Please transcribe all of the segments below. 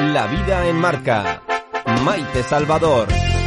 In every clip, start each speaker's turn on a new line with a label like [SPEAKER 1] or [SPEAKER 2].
[SPEAKER 1] La vida en marca. Maite Salvador.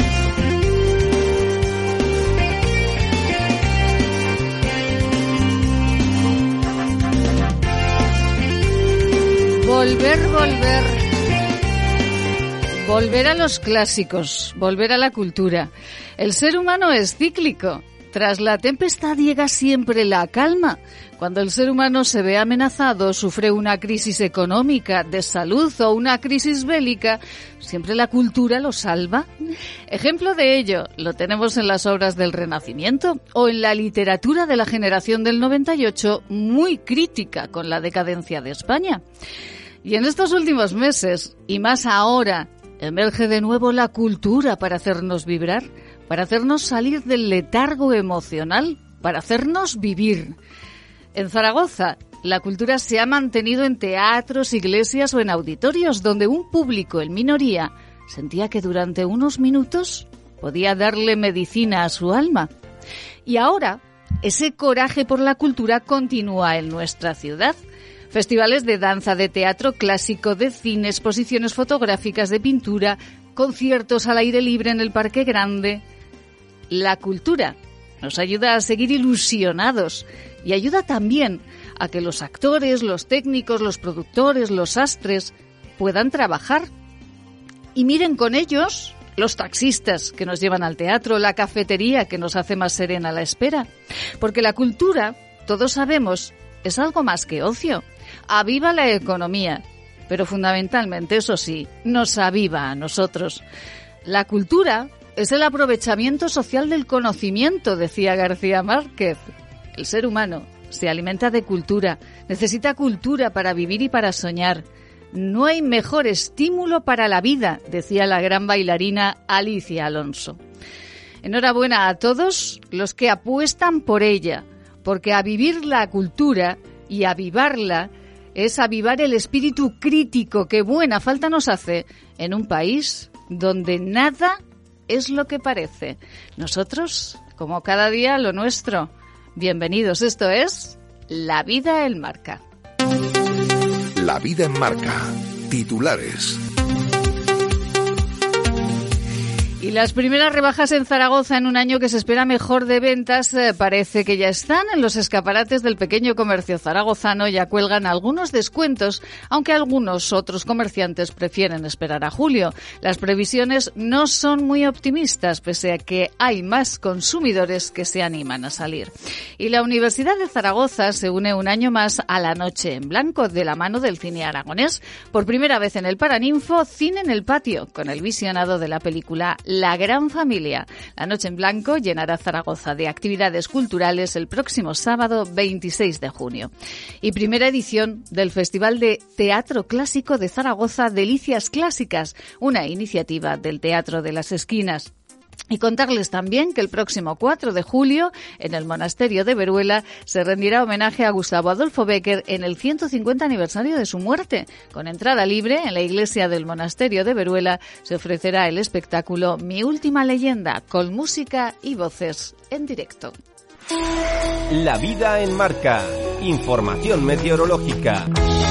[SPEAKER 2] Volver a los clásicos, volver a la cultura. El ser humano es cíclico. Tras la tempestad llega siempre la calma. Cuando el ser humano se ve amenazado, sufre una crisis económica, de salud o una crisis bélica, siempre la cultura lo salva. Ejemplo de ello lo tenemos en las obras del Renacimiento o en la literatura de la generación del 98, muy crítica con la decadencia de España. Y en estos últimos meses, y más ahora, emerge de nuevo la cultura para hacernos vibrar, para hacernos salir del letargo emocional, para hacernos vivir. En Zaragoza, la cultura se ha mantenido en teatros, iglesias o en auditorios, donde un público en minoría sentía que durante unos minutos podía darle medicina a su alma. Y ahora, ese coraje por la cultura continúa en nuestra ciudad. Festivales de danza, de teatro clásico, de cine, exposiciones fotográficas, de pintura, conciertos al aire libre en el Parque Grande. La cultura nos ayuda a seguir ilusionados y ayuda también a que los actores, los técnicos, los productores, los astres puedan trabajar. Y miren con ellos los taxistas que nos llevan al teatro, la cafetería que nos hace más serena la espera. Porque la cultura, todos sabemos, es algo más que ocio. Aviva la economía, pero fundamentalmente, eso sí, nos aviva a nosotros. La cultura es el aprovechamiento social del conocimiento, decía García Márquez. El ser humano se alimenta de cultura, necesita cultura para vivir y para soñar. No hay mejor estímulo para la vida, decía la gran bailarina Alicia Alonso. Enhorabuena a todos los que apuestan por ella, porque a vivir la cultura y avivarla es avivar el espíritu crítico que buena falta nos hace en un país donde nada es lo que parece. Nosotros, como cada día, lo nuestro. Bienvenidos, esto es La Vida en Marca.
[SPEAKER 3] La Vida en Marca. Titulares.
[SPEAKER 2] Y las primeras rebajas en Zaragoza en un año que se espera mejor de ventas parece que ya están en los escaparates del pequeño comercio zaragozano. Ya cuelgan algunos descuentos, aunque algunos otros comerciantes prefieren esperar a julio. Las previsiones no son muy optimistas, pese a que hay más consumidores que se animan a salir. Y la Universidad de Zaragoza se une un año más a la Noche en Blanco, de la mano del cine aragonés. Por primera vez en el Paraninfo, cine en el patio, con el visionado de la película La Gran Familia. La Noche en Blanco llenará Zaragoza de actividades culturales el próximo sábado 26 de junio. Y primera edición del Festival de Teatro Clásico de Zaragoza, Delicias Clásicas, una iniciativa del Teatro de las Esquinas. Y contarles también que el próximo 4 de julio, en el Monasterio de Veruela, se rendirá homenaje a Gustavo Adolfo Bécquer en el 150 aniversario de su muerte. Con entrada libre, en la iglesia del Monasterio de Veruela se ofrecerá el espectáculo Mi Última Leyenda, con música y voces en directo.
[SPEAKER 1] La Vida en Marca. Información meteorológica.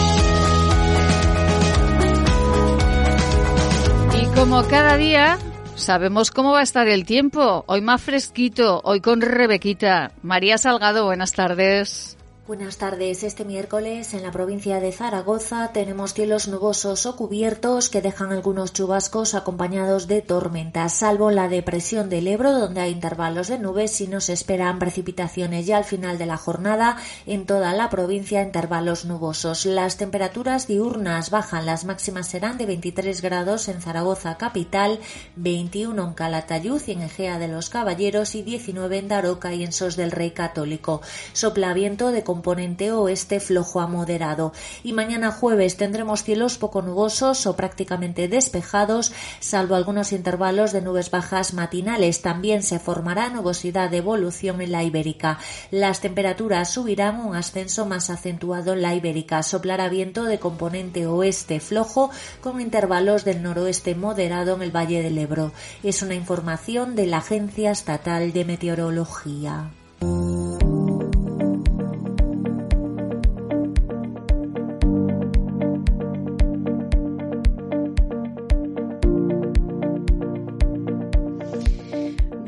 [SPEAKER 2] Y como cada día, sabemos cómo va a estar el tiempo. Hoy más fresquito, hoy con Rebequita. María Salgado, buenas tardes.
[SPEAKER 4] Buenas tardes. Este miércoles en la provincia de Zaragoza tenemos cielos nubosos o cubiertos que dejan algunos chubascos acompañados de tormentas, salvo la depresión del Ebro, donde hay intervalos de nubes y nos esperan precipitaciones ya al final de la jornada en toda la provincia, intervalos nubosos. Las temperaturas diurnas bajan, las máximas serán de 23 grados en Zaragoza capital, 21 en Calatayud y en Egea de los Caballeros y 19 en Daroca y en Sos del Rey Católico. Sopla viento de componente oeste flojo a moderado. Y mañana jueves tendremos cielos poco nubosos o prácticamente despejados, salvo algunos intervalos de nubes bajas matinales. También se formará nubosidad de evolución en la Ibérica. Las temperaturas subirán, un ascenso más acentuado en la Ibérica. Soplará viento de componente oeste flojo con intervalos del noroeste moderado en el Valle del Ebro. Es una información de la Agencia Estatal de Meteorología.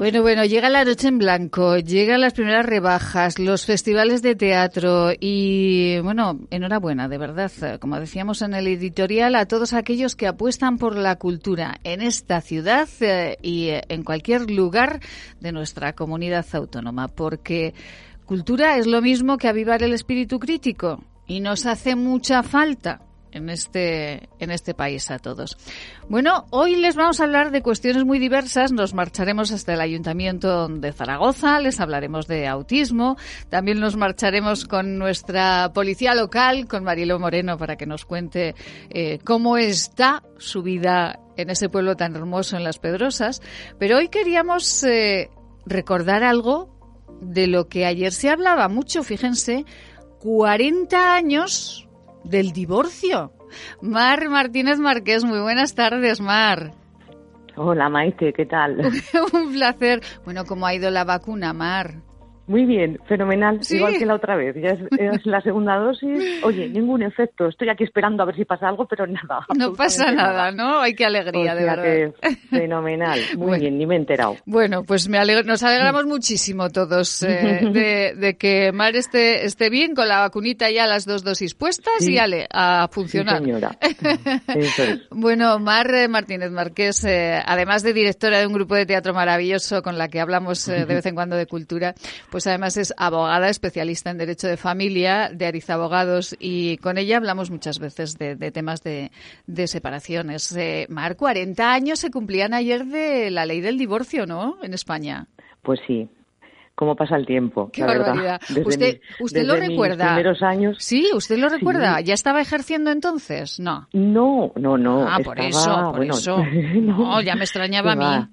[SPEAKER 2] Bueno, llega la Noche en Blanco, llegan las primeras rebajas, los festivales de teatro y, bueno, enhorabuena, de verdad, como decíamos en el editorial, a todos aquellos que apuestan por la cultura en esta ciudad y en cualquier lugar de nuestra comunidad autónoma, porque cultura es lo mismo que avivar el espíritu crítico y nos hace mucha falta en este país a todos. Bueno, hoy les vamos a hablar de cuestiones muy diversas. Nos marcharemos hasta el Ayuntamiento de Zaragoza, les hablaremos de autismo, también nos marcharemos con nuestra policía local, con Mariló Moreno, para que nos cuente cómo está su vida en ese pueblo tan hermoso en Las Pedrosas. Pero hoy queríamos recordar algo de lo que ayer se hablaba mucho, fíjense, 40 años del divorcio. Mar Martínez Marqués, muy buenas tardes, Mar.
[SPEAKER 5] Hola, Maite, ¿qué tal?
[SPEAKER 2] Un placer. Bueno, ¿cómo ha ido la vacuna, Mar?
[SPEAKER 5] Muy bien, fenomenal,
[SPEAKER 2] ¿Sí?
[SPEAKER 5] Igual que la otra vez. Ya es la segunda dosis. Oye, ningún efecto. Estoy aquí esperando a ver si pasa algo, pero nada.
[SPEAKER 2] No pasa nada, ¿no? Ay, qué alegría, de verdad.
[SPEAKER 5] Que fenomenal. Muy bien, ni me he enterado.
[SPEAKER 2] Bueno, pues nos alegramos muchísimo todos de que Mar esté bien, con la vacunita ya, las 2 dosis puestas, sí. Y a funcionar.
[SPEAKER 5] Sí, señora. Eso es.
[SPEAKER 2] Bueno, Mar Martínez Marqués, además de directora de un grupo de teatro maravilloso con la que hablamos de vez en cuando de cultura, pues además es abogada especialista en Derecho de Familia de Ariza Abogados y con ella hablamos muchas veces de temas de separaciones. Mar, 40 años se cumplían ayer de la ley del divorcio, ¿no?, en España.
[SPEAKER 5] Pues sí. ¿Cómo pasa el tiempo?
[SPEAKER 2] Qué barbaridad. ¿Usted lo recuerda?
[SPEAKER 5] Mis primeros años.
[SPEAKER 2] Sí, ¿usted lo recuerda?
[SPEAKER 5] Sí.
[SPEAKER 2] ¿Ya estaba ejerciendo entonces? No.
[SPEAKER 5] No.
[SPEAKER 2] Ah, por eso. No, ya me extrañaba a mí.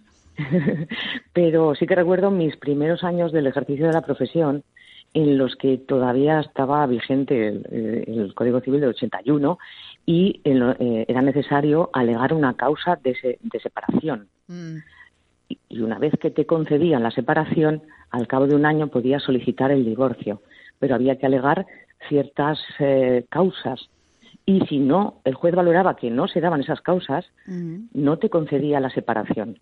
[SPEAKER 5] Pero sí que recuerdo mis primeros años del ejercicio de la profesión en los que todavía estaba vigente el Código Civil del 81 y era necesario alegar una causa de separación. Y una vez que te concedían la separación, al cabo de un año podías solicitar el divorcio, pero había que alegar ciertas causas. Y si no, el juez valoraba que no se daban esas causas, no te concedía la separación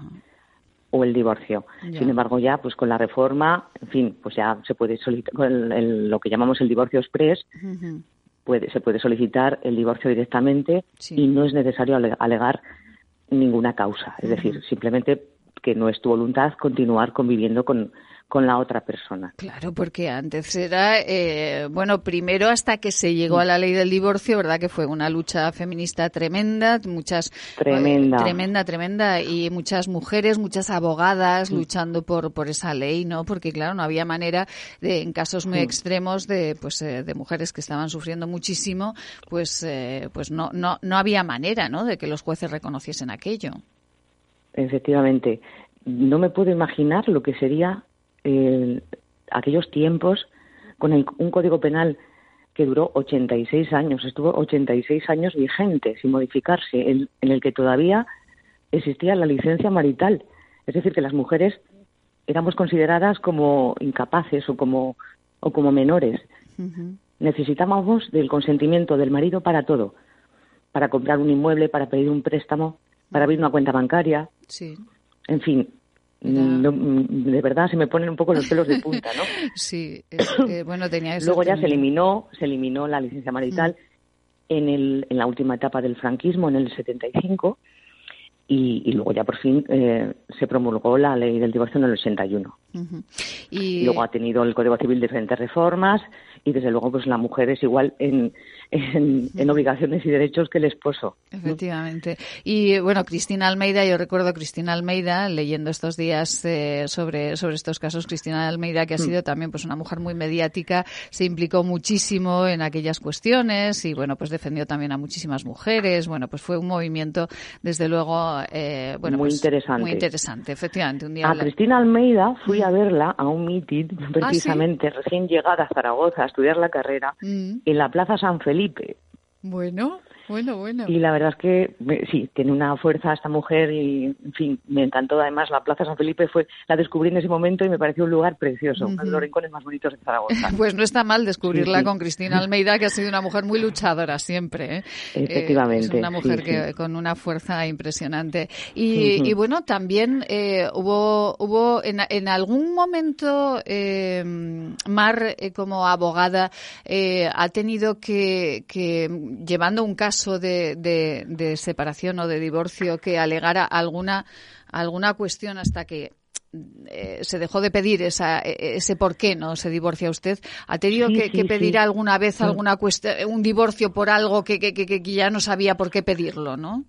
[SPEAKER 5] o el divorcio. Ya. Sin embargo, ya pues con la reforma, en fin, pues ya se puede solicitar lo que llamamos el divorcio exprés, se puede solicitar el divorcio directamente, sí. Y no es necesario alegar ninguna causa. Es decir, simplemente que no es tu voluntad continuar conviviendo con la otra persona.
[SPEAKER 2] Claro, porque antes era, primero hasta que se llegó a la ley del divorcio, ¿verdad? Que fue una lucha feminista tremenda, tremenda, y muchas mujeres, muchas abogadas luchando por esa ley, ¿no? Porque claro, no había manera en casos muy extremos de mujeres que estaban sufriendo muchísimo, pues no había manera, ¿no?, de que los jueces reconociesen aquello.
[SPEAKER 5] Efectivamente, no me puedo imaginar lo que sería aquellos tiempos con un código penal que duró 86 años, estuvo 86 años vigente, sin modificarse, en el que todavía existía la licencia marital. Es decir, que las mujeres éramos consideradas como incapaces o como menores. Necesitábamos del consentimiento del marido para todo, para comprar un inmueble, para pedir un préstamo, para abrir una cuenta bancaria. Sí. En fin. No, de verdad se me ponen un poco los pelos de punta, ¿no?
[SPEAKER 2] Sí, tenía eso.
[SPEAKER 5] Luego ya se eliminó la licencia marital en la última etapa del franquismo, en el 75, y luego ya por fin se promulgó la ley del divorcio en el 81. Y luego ha tenido el Código Civil diferentes reformas y desde luego pues la mujer es igual en obligaciones y derechos que el esposo.
[SPEAKER 2] Efectivamente. Y bueno, Cristina Almeida, yo recuerdo a Cristina Almeida leyendo estos días sobre estos casos. Cristina Almeida, que ha sido también pues una mujer muy mediática, se implicó muchísimo en aquellas cuestiones y bueno, pues defendió también a muchísimas mujeres. Bueno, pues fue un movimiento desde luego
[SPEAKER 5] muy interesante.
[SPEAKER 2] Muy interesante, efectivamente. Un día
[SPEAKER 5] Cristina Almeida fui a verla a un mitin precisamente, recién llegada a Zaragoza a estudiar la carrera en la Plaza San Felipe.
[SPEAKER 2] Bueno. Bueno.
[SPEAKER 5] Y la verdad es que sí, tiene una fuerza esta mujer y, en fin, me encantó. Además, la Plaza San Felipe la descubrí en ese momento y me pareció un lugar precioso, uno de los rincones más bonitos de Zaragoza.
[SPEAKER 2] Pues no está mal descubrirla
[SPEAKER 5] Sí.
[SPEAKER 2] con Cristina Almeida, que ha sido una mujer muy luchadora siempre, ¿eh?
[SPEAKER 5] Efectivamente.
[SPEAKER 2] Es una mujer
[SPEAKER 5] sí.
[SPEAKER 2] con una fuerza impresionante. Y bueno, también hubo en algún momento, Mar, como abogada, ha tenido que llevando un caso de separación o de divorcio, que alegara alguna cuestión hasta que se dejó de pedir ese por qué no se divorcia usted. ¿Ha tenido que pedir alguna vez alguna cuestión, un divorcio por algo que ya no sabía por qué pedirlo, no?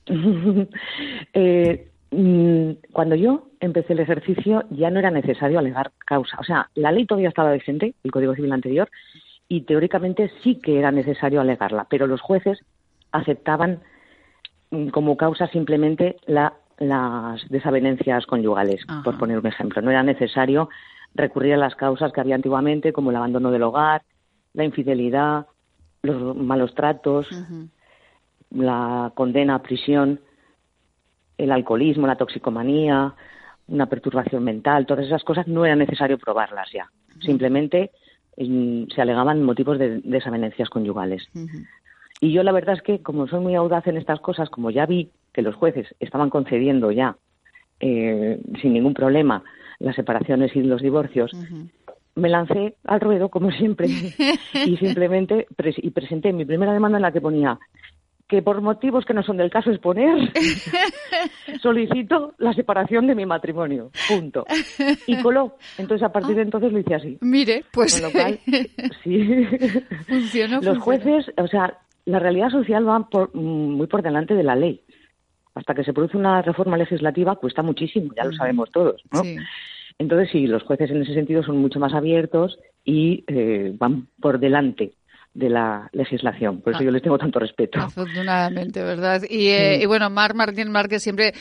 [SPEAKER 5] Cuando yo empecé el ejercicio ya no era necesario alegar causa. O sea, la ley todavía estaba vigente, el Código Civil anterior, y teóricamente sí que era necesario alegarla, pero los jueces aceptaban como causa simplemente las desavenencias conyugales,
[SPEAKER 2] Ajá.
[SPEAKER 5] por poner un ejemplo. No era necesario recurrir a las causas que había antiguamente, como el abandono del hogar, la infidelidad, los malos tratos, la condena a prisión, el alcoholismo, la toxicomanía, una perturbación mental. Todas esas cosas no era necesario probarlas ya. Simplemente se alegaban motivos de desavenencias conyugales. Y yo la verdad es que, como soy muy audaz en estas cosas, como ya vi que los jueces estaban concediendo ya sin ningún problema las separaciones y los divorcios, me lancé al ruedo, como siempre, y simplemente presenté mi primera demanda en la que ponía que por motivos que no son del caso exponer, solicito la separación de mi matrimonio. Punto. Y coló. Entonces, a partir de entonces lo hice así.
[SPEAKER 2] Mire, pues...
[SPEAKER 5] Con lo cual, sí.
[SPEAKER 2] Funcionó.
[SPEAKER 5] Los jueces, o sea, la realidad social va muy por delante de la ley. Hasta que se produce una reforma legislativa cuesta muchísimo, ya lo sabemos todos, ¿no?
[SPEAKER 2] Sí.
[SPEAKER 5] Entonces, sí, los jueces en ese sentido son mucho más abiertos y van por delante de la legislación. Por eso yo les tengo tanto respeto.
[SPEAKER 2] Afortunadamente, ¿verdad? Y bueno, Mar Martín Márquez siempre,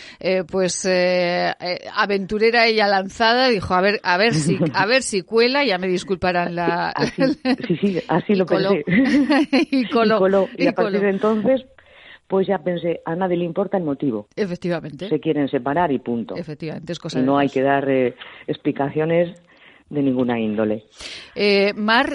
[SPEAKER 2] aventurera y lanzada, dijo, a ver si cuela, ya me disculparán la...
[SPEAKER 5] Así lo pensé.
[SPEAKER 2] Y coló.
[SPEAKER 5] Y a partir de entonces, pues ya pensé, a nadie le importa el motivo.
[SPEAKER 2] Efectivamente.
[SPEAKER 5] Se quieren separar y punto.
[SPEAKER 2] Efectivamente, es cosa
[SPEAKER 5] y
[SPEAKER 2] de
[SPEAKER 5] no hay
[SPEAKER 2] Dios.
[SPEAKER 5] que dar explicaciones de ninguna índole.
[SPEAKER 2] Mar,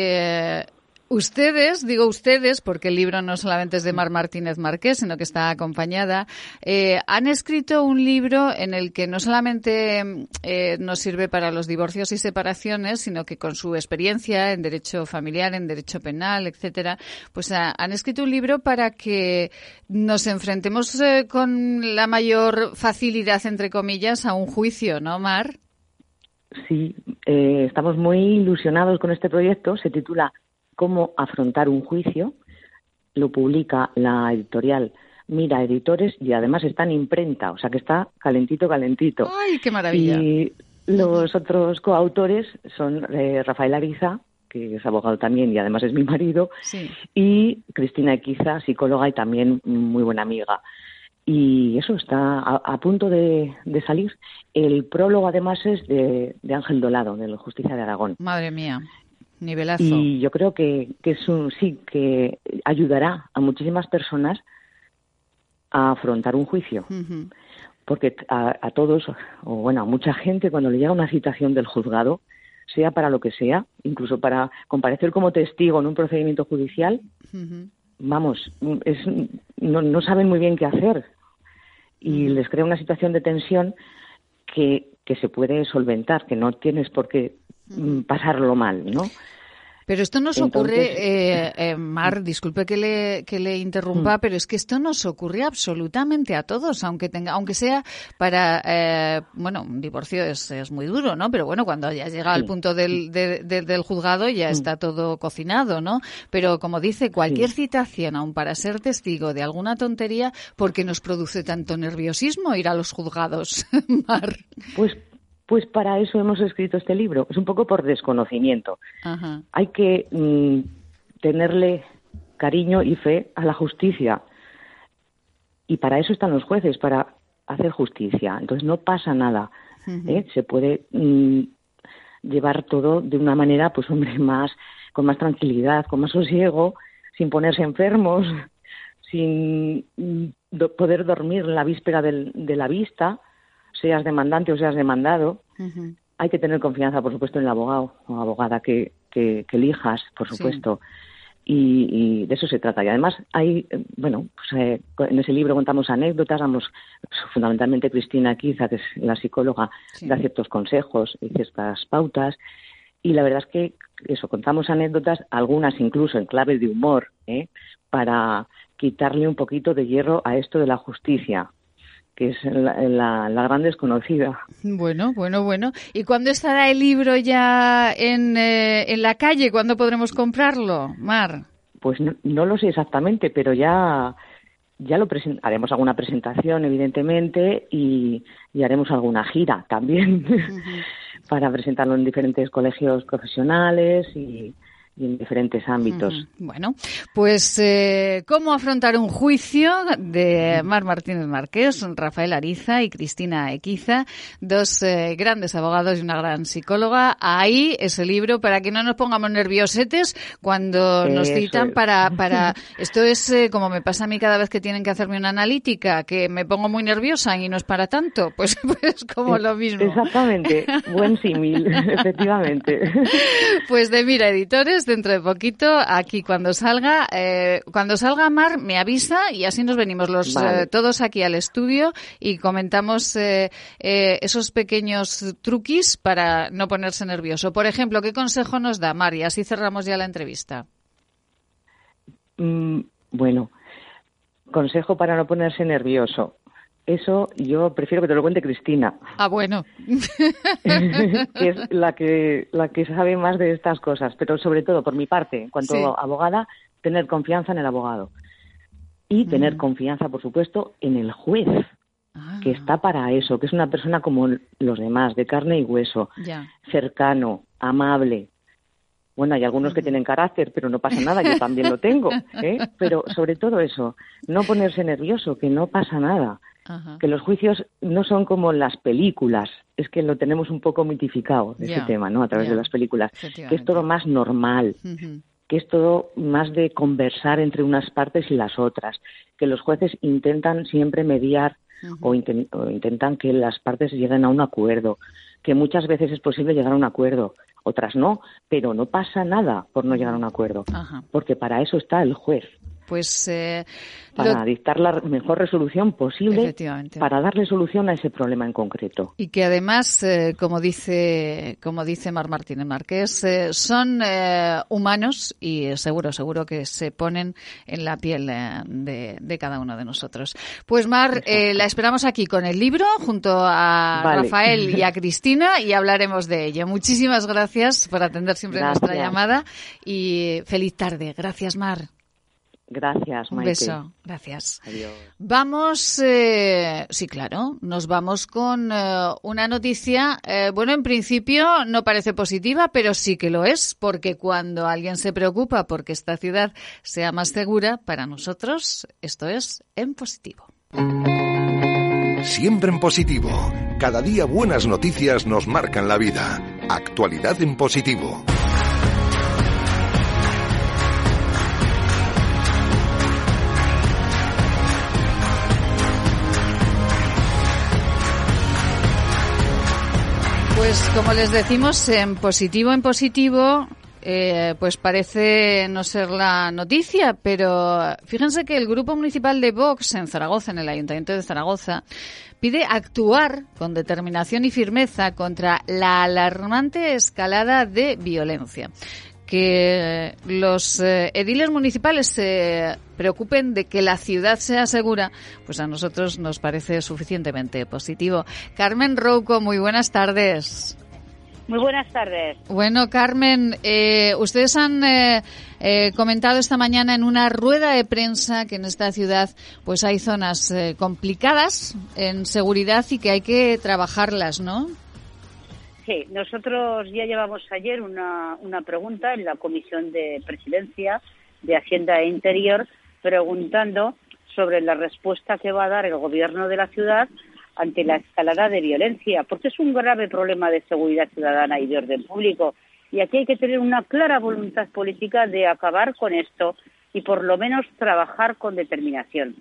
[SPEAKER 2] ustedes, digo ustedes, porque el libro no solamente es de Mar Martínez Márquez, sino que está acompañada, han escrito un libro en el que no solamente nos sirve para los divorcios y separaciones, sino que con su experiencia en derecho familiar, en derecho penal, etcétera, pues han escrito un libro para que nos enfrentemos con la mayor facilidad, entre comillas, a un juicio, ¿no, Mar?
[SPEAKER 5] Sí, estamos muy ilusionados con este proyecto. Se titula Cómo afrontar un juicio. Lo publica la editorial Mira Editores y además está en imprenta, o sea que está calentito.
[SPEAKER 2] ¡Ay, qué maravilla!
[SPEAKER 5] Y los otros coautores son Rafael Ariza, que es abogado también y además es mi marido,
[SPEAKER 2] sí,
[SPEAKER 5] y Cristina Equiza, psicóloga y también muy buena amiga. Y eso está a punto de salir. El prólogo además es de Ángel Dolado, de la Justicia de Aragón.
[SPEAKER 2] Madre mía. Nivelazo.
[SPEAKER 5] Y yo creo que que ayudará a muchísimas personas a afrontar un juicio. Porque a todos, o bueno, a mucha gente, cuando le llega una citación del juzgado, sea para lo que sea, incluso para comparecer como testigo en un procedimiento judicial, vamos, no saben muy bien qué hacer. Y les crea una situación de tensión que se puede solventar, que no tienes por qué pasarlo mal, ¿no?
[SPEAKER 2] Pero esto nos ocurre, Mar, disculpe que le interrumpa, pero es que esto nos ocurre absolutamente a todos, aunque sea para, un divorcio es muy duro, ¿no? Pero bueno, cuando ya llega al punto del juzgado ya está todo cocinado, ¿no? Pero como dice, cualquier citación, aun para ser testigo de alguna tontería, ¿por qué nos produce tanto nerviosismo ir a los juzgados, Mar?
[SPEAKER 5] Pues para eso hemos escrito este libro. Es un poco por desconocimiento.
[SPEAKER 2] Ajá.
[SPEAKER 5] Hay que tenerle cariño y fe a la justicia. Y para eso están los jueces, para hacer justicia. Entonces no pasa nada. Se puede llevar todo de una manera, pues hombre, con más tranquilidad, con más sosiego, sin ponerse enfermos, sin poder dormir la víspera de la vista, seas demandante o seas demandado. Uh-huh. Hay que tener confianza, por supuesto, en el abogado o abogada que elijas, por supuesto. Sí. Y de eso se trata. Y además hay, en ese libro contamos anécdotas, fundamentalmente Cristina Equiza, que es la psicóloga, da ciertos consejos y ciertas pautas. Y la verdad es que contamos anécdotas, algunas incluso en clave de humor, para quitarle un poquito de hierro a esto de la justicia, que es la gran desconocida.
[SPEAKER 2] Bueno. ¿Y cuándo estará el libro ya en la calle? ¿Cuándo podremos comprarlo, Mar?
[SPEAKER 5] Pues no lo sé exactamente, pero ya lo haremos alguna presentación, evidentemente, y haremos alguna gira también para presentarlo en diferentes colegios profesionales y en diferentes ámbitos.
[SPEAKER 2] Bueno, pues ¿cómo afrontar un juicio? De Mar Martínez Marqués, Rafael Ariza y Cristina Equiza, dos grandes abogados y una gran psicóloga. Ahí ese libro, para que no nos pongamos nerviosetes cuando nos citan para... Esto es como me pasa a mí cada vez que tienen que hacerme una analítica, que me pongo muy nerviosa y no es para tanto, pues como lo mismo.
[SPEAKER 5] Exactamente, buen símil, efectivamente.
[SPEAKER 2] Pues de Mira Editores, dentro de poquito, aquí cuando salga Mar, me avisa y así nos venimos todos aquí al estudio y comentamos esos pequeños truquis para no ponerse nervioso. Por ejemplo, ¿qué consejo nos da Mar? Y así cerramos ya la entrevista.
[SPEAKER 5] Bueno, consejo para no ponerse nervioso. Eso yo prefiero que te lo cuente Cristina.
[SPEAKER 2] Ah, bueno.
[SPEAKER 5] Que es la que sabe más de estas cosas, pero sobre todo por mi parte, en cuanto a abogada, tener confianza en el abogado y tener confianza, por supuesto, en el juez, que está para eso, que es una persona como los demás, de carne y hueso, cercano, amable. Bueno, hay algunos que tienen carácter, pero no pasa nada, yo también lo tengo, Pero sobre todo eso, no ponerse nervioso, que no pasa nada. Ajá. Que los juicios no son como las películas, es que lo tenemos un poco mitificado ese tema, ¿no? A través de las películas, que es todo más normal, que es todo más de conversar entre unas partes y las otras, que los jueces intentan siempre mediar o intentan que las partes lleguen a un acuerdo, que muchas veces es posible llegar a un acuerdo, otras no, pero no pasa nada por no llegar a un acuerdo, porque para eso está el juez.
[SPEAKER 2] Pues
[SPEAKER 5] para dictar la mejor resolución posible, para darle solución a ese problema en concreto.
[SPEAKER 2] Y que además, como dice Mar Martínez Marqués, son humanos y seguro que se ponen en la piel de cada uno de nosotros. Pues Mar, la esperamos aquí con el libro junto a Rafael y a Cristina y hablaremos de ello. Muchísimas gracias por atender siempre nuestra llamada y feliz tarde. Gracias, Mar.
[SPEAKER 5] Gracias, Maite.
[SPEAKER 2] Un beso, gracias.
[SPEAKER 5] Adiós.
[SPEAKER 2] Vamos, nos vamos con una noticia, en principio no parece positiva, pero sí que lo es, porque cuando alguien se preocupa porque esta ciudad sea más segura, para nosotros esto es En Positivo.
[SPEAKER 3] Siempre en positivo. Cada día buenas noticias nos marcan la vida. Actualidad en positivo.
[SPEAKER 2] Pues como les decimos, en positivo, pues parece no ser la noticia, pero fíjense que el Grupo Municipal de Vox en Zaragoza, en el Ayuntamiento de Zaragoza, pide actuar con determinación y firmeza contra la alarmante escalada de violencia. Que los ediles municipales se preocupen de que la ciudad sea segura, pues a nosotros nos parece suficientemente positivo. Carmen Rouco, muy buenas tardes.
[SPEAKER 6] Muy buenas tardes.
[SPEAKER 2] Bueno, Carmen, ustedes han comentado esta mañana en una rueda de prensa que en esta ciudad pues hay zonas complicadas en seguridad y que hay que trabajarlas, ¿no?
[SPEAKER 6] Sí, nosotros ya llevamos ayer una pregunta en la Comisión de Presidencia de Hacienda e Interior preguntando sobre la respuesta que va a dar el Gobierno de la ciudad ante la escalada de violencia, porque es un grave problema de seguridad ciudadana y de orden público. Y aquí hay que tener una clara voluntad política de acabar con esto y por lo menos trabajar con determinación.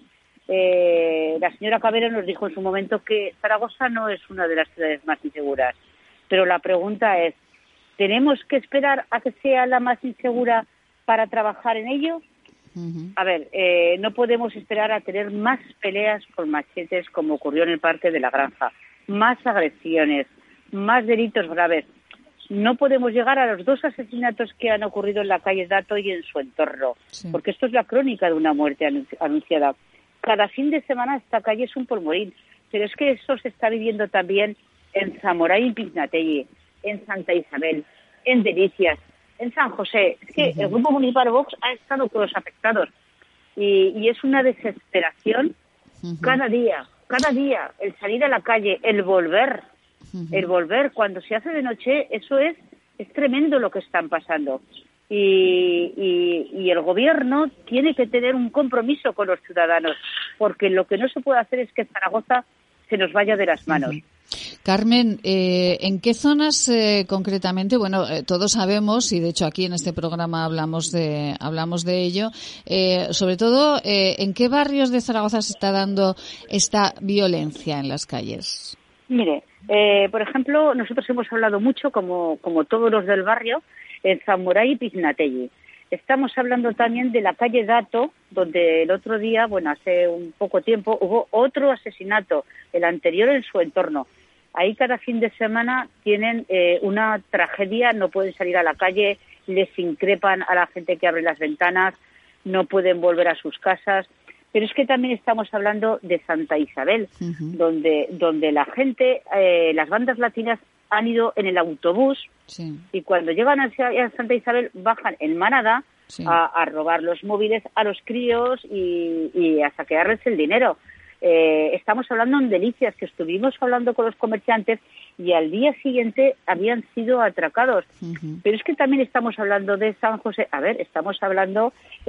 [SPEAKER 6] La señora Cabero nos dijo en su momento que Zaragoza no es una de las ciudades más inseguras, pero la pregunta es, ¿tenemos que esperar a que sea la más insegura para trabajar en ello? A ver, no podemos esperar a tener más peleas con machetes como ocurrió en el Parque de la Granja, más agresiones, más delitos graves. No podemos llegar a los 2 asesinatos que han ocurrido en la calle Dato y en su entorno, porque esto es la crónica de una muerte anunciada. Cada fin de semana esta calle es un polvorín, pero es que eso se está viviendo también en Zamora y Piznatelli, en Santa Isabel, en Delicias, en San José. Es que el Grupo Municipal Vox ha estado con los afectados y es una desesperación cada día, el salir a la calle, el volver cuando se hace de noche, eso es tremendo lo que están pasando. Y el gobierno tiene que tener un compromiso con los ciudadanos, porque lo que no se puede hacer es que Zaragoza se nos vaya de las manos.
[SPEAKER 2] Carmen, ¿en qué zonas concretamente? Bueno, todos sabemos, y de hecho aquí en este programa hablamos de ello, sobre todo, ¿en qué barrios de Zaragoza se está dando esta violencia en las calles?
[SPEAKER 6] Mire, por ejemplo, nosotros hemos hablado mucho, como todos los del barrio, en Zamora y Piznatelli. Estamos hablando también de la calle Dato, donde el otro día, hace un poco tiempo, hubo otro asesinato, el anterior en su entorno. Ahí cada fin de semana tienen una tragedia, no pueden salir a la calle, les increpan a la gente que abre las ventanas, no pueden volver a sus casas. Pero es que también estamos hablando de Santa Isabel, donde la gente, las bandas latinas han ido en el autobús y cuando llegan a Santa Isabel bajan en manada a robar los móviles a los críos y a saquearles el dinero. Estamos hablando en Delicias, que estuvimos hablando con los comerciantes y al día siguiente habían sido atracados. Pero es que también estamos hablando de San José. A ver, estamos hablando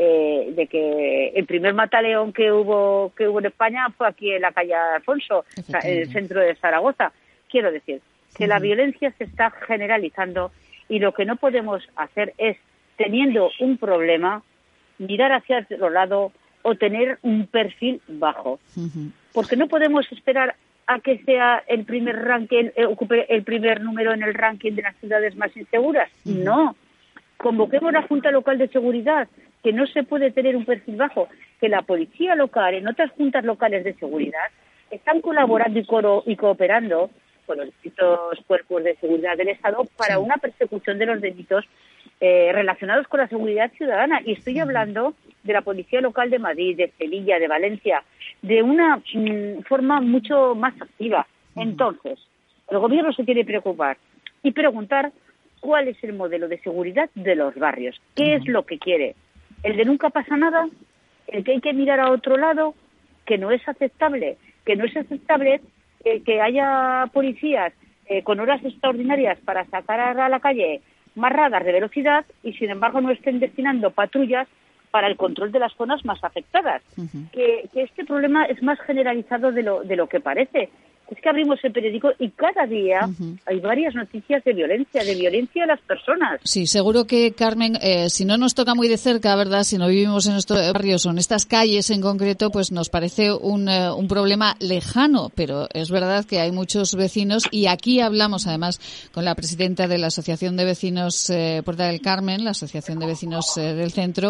[SPEAKER 6] de que el primer mataleón que hubo en España fue aquí en la calle Alfonso, en el centro de Zaragoza. Quiero decir que la violencia se está generalizando y lo que no podemos hacer es, teniendo un problema, mirar hacia otro lado o tener un perfil bajo. Porque no podemos esperar a que sea el primer ranking, ocupe el primer número en el ranking de las ciudades más inseguras. No. Convoquemos la Junta Local de Seguridad, que no se puede tener un perfil bajo, que la policía local, en otras juntas locales de seguridad, están colaborando y cooperando con los distintos cuerpos de seguridad del Estado para una persecución de los delitos relacionados con la seguridad ciudadana. Y estoy hablando de la Policía Local de Madrid, de Sevilla, de Valencia, de una forma mucho más activa. Entonces, el Gobierno se tiene que preocupar y preguntar cuál es el modelo de seguridad de los barrios. ¿Qué es lo que quiere? ¿El de nunca pasa nada? ¿El que hay que mirar a otro lado? ¿Que no es aceptable? ¿Que no es aceptable que haya policías con horas extraordinarias para sacar a la calle más radars de velocidad y, sin embargo, no estén destinando patrullas para el control de las zonas más afectadas? Que este problema es más generalizado de lo que parece. Es que abrimos el periódico y cada día hay varias noticias de violencia a las personas.
[SPEAKER 2] Sí, seguro que, Carmen, si no nos toca muy de cerca, ¿verdad? Si no vivimos en estos barrios o en estas calles en concreto, pues nos parece un problema lejano, pero es verdad que hay muchos vecinos y aquí hablamos además con la presidenta de la Asociación de Vecinos Puerta del Carmen, la Asociación de Vecinos del Centro,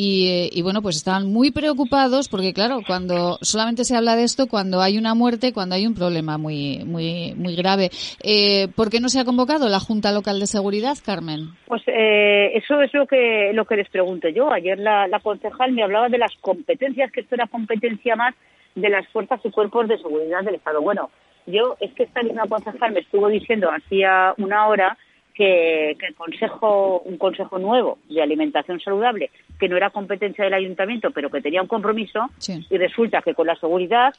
[SPEAKER 2] y bueno, pues estaban muy preocupados porque, claro, cuando solamente se habla de esto cuando hay una muerte, cuando hay un problema muy grave. ¿Por qué no se ha convocado la Junta Local de Seguridad, Carmen?
[SPEAKER 6] Pues eso es lo que les pregunto yo. Ayer la concejal me hablaba de las competencias, que esto era competencia más de las fuerzas y cuerpos de seguridad del Estado. Bueno, es que esta misma concejal me estuvo diciendo hacía una hora que un consejo nuevo de alimentación saludable, que no era competencia del ayuntamiento, pero que tenía un compromiso, y resulta que con la seguridad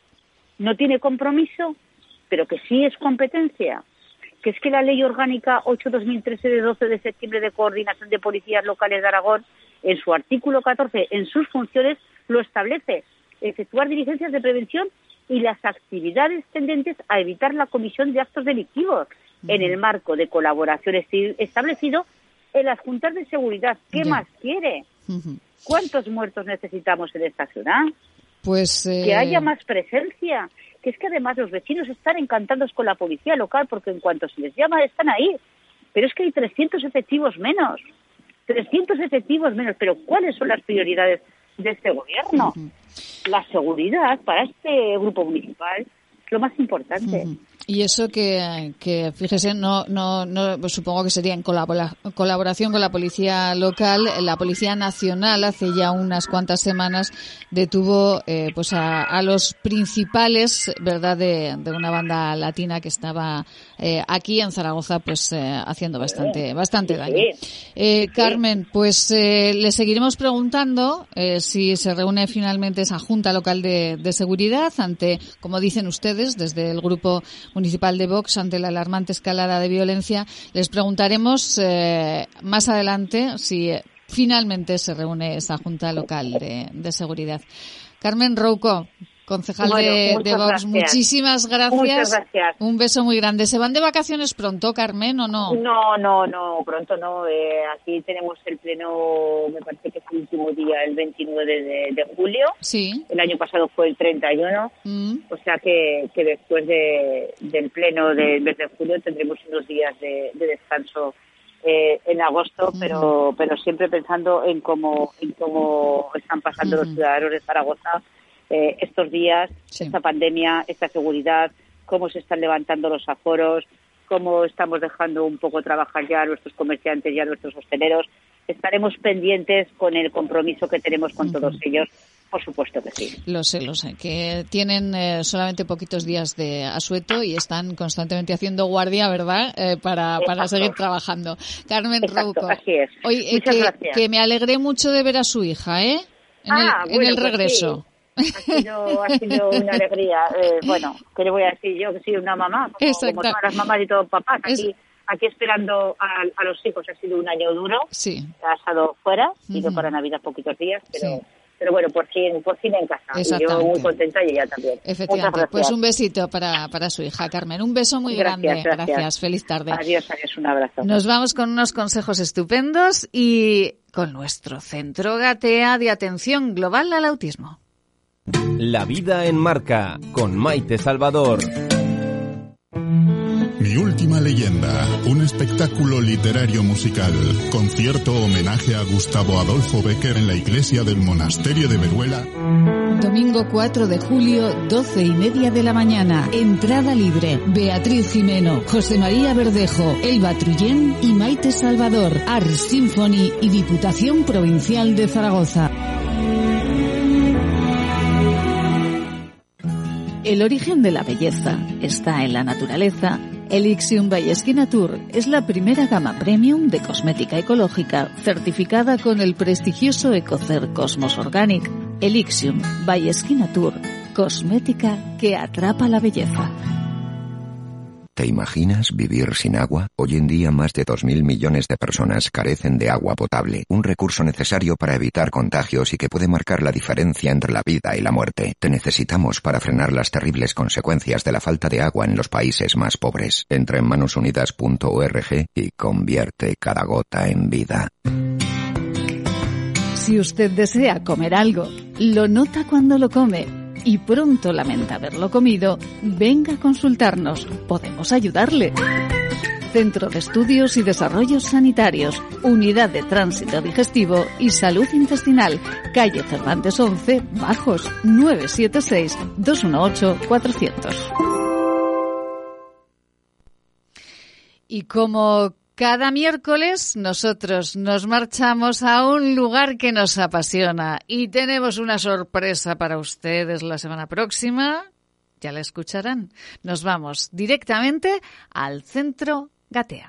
[SPEAKER 6] no tiene compromiso, pero que sí es competencia. Que es que la Ley Orgánica 8/2013 de 12 de septiembre de Coordinación de Policías Locales de Aragón, en su artículo 14, en sus funciones, lo establece: efectuar diligencias de prevención y las actividades tendentes a evitar la comisión de actos delictivos en el marco de colaboración establecido en las juntas de seguridad. ¿Qué más quiere? ¿Cuántos muertos necesitamos en esta ciudad?
[SPEAKER 2] Pues
[SPEAKER 6] que haya más presencia, que es que además los vecinos están encantados con la policía local porque en cuanto se les llama están ahí, pero es que hay 300 efectivos menos, pero ¿cuáles son las prioridades de este gobierno? La seguridad para este grupo municipal es lo más importante.
[SPEAKER 2] Y eso que fíjese, no supongo que sería en colaboración con la policía local. La Policía Nacional hace ya unas cuantas semanas detuvo pues a los principales, ¿verdad?, de una banda latina que estaba aquí en Zaragoza, pues haciendo bastante daño. Carmen, pues le seguiremos preguntando si se reúne finalmente esa Junta Local de Seguridad ante, como dicen ustedes, desde el Grupo Municipal de Vox, ante la alarmante escalada de violencia. Les preguntaremos más adelante si finalmente se reúne esa Junta Local de Seguridad. Carmen Rouco, concejal de Vox, muchísimas gracias.
[SPEAKER 6] Muchas gracias.
[SPEAKER 2] Un beso muy grande. ¿Se van de vacaciones pronto, Carmen, o no?
[SPEAKER 6] No, pronto no. Aquí tenemos el pleno, me parece que es el último día, el 29 de julio. Sí. El año pasado fue el 31. O sea que después del pleno del mes de julio tendremos unos días de descanso en agosto, pero siempre pensando en cómo están pasando los ciudadanos de Zaragoza estos días, esta pandemia, esta seguridad, cómo se están levantando los aforos, cómo estamos dejando un poco trabajar ya a nuestros comerciantes y a nuestros hosteleros. Estaremos pendientes con el compromiso que tenemos con todos ellos. Por supuesto que sí. Lo sé,
[SPEAKER 2] que tienen solamente poquitos días de asueto y están constantemente haciendo guardia, ¿verdad?, para seguir trabajando. Carmen Rouco.
[SPEAKER 6] Así es.
[SPEAKER 2] Oye, que me alegré mucho de ver a su hija, en el regreso.
[SPEAKER 6] Pues sí. Ha sido una alegría. ¿Qué le voy a decir yo? Que soy una mamá, como todas las mamás y todos los papás. Aquí esperando a los hijos. Ha sido un año duro. Sí. Ha estado fuera, ido para Navidad poquitos días, pero bueno, por fin en casa. Y yo muy contenta y ella también.
[SPEAKER 2] Efectivamente. Pues un besito para su hija, Carmen. Un beso muy grande. Gracias. Feliz tarde.
[SPEAKER 6] Adiós, un abrazo.
[SPEAKER 2] Nos vamos con unos consejos estupendos y con nuestro Centro Gatea de Atención Global al Autismo.
[SPEAKER 1] La vida en marca, con Maite Salvador.
[SPEAKER 7] Mi última leyenda, un espectáculo literario musical, concierto homenaje a Gustavo Adolfo Bécquer en la iglesia del monasterio de Veruela.
[SPEAKER 8] Domingo 4 de julio, 12:30 de la mañana. Entrada libre. Beatriz Jimeno, José María Verdejo, Elba Trullén y Maite Salvador. Ars Symphony y Diputación Provincial de Zaragoza.
[SPEAKER 2] El origen de la belleza está en la naturaleza. Elixium by Skin Nature es la primera gama premium de cosmética ecológica certificada con el prestigioso Ecocer Cosmos Organic. Elixium by Skin Nature, cosmética que atrapa la belleza.
[SPEAKER 9] ¿Te imaginas vivir sin agua? Hoy en día más de 2.000 millones de personas carecen de agua potable, un recurso necesario para evitar contagios y que puede marcar la diferencia entre la vida y la muerte. Te necesitamos para frenar las terribles consecuencias de la falta de agua en los países más pobres. Entra en manosunidas.org y convierte cada gota en vida.
[SPEAKER 2] Si usted desea comer algo, lo nota cuando lo come y pronto lamenta haberlo comido, venga a consultarnos. Podemos ayudarle. Centro de Estudios y Desarrollos Sanitarios, Unidad de Tránsito Digestivo y Salud Intestinal, calle Cervantes 11, Bajos, 976-218-400. Y como cada miércoles nosotros nos marchamos a un lugar que nos apasiona y tenemos una sorpresa para ustedes la semana próxima. Ya la escucharán. Nos vamos directamente al Centro Gatea.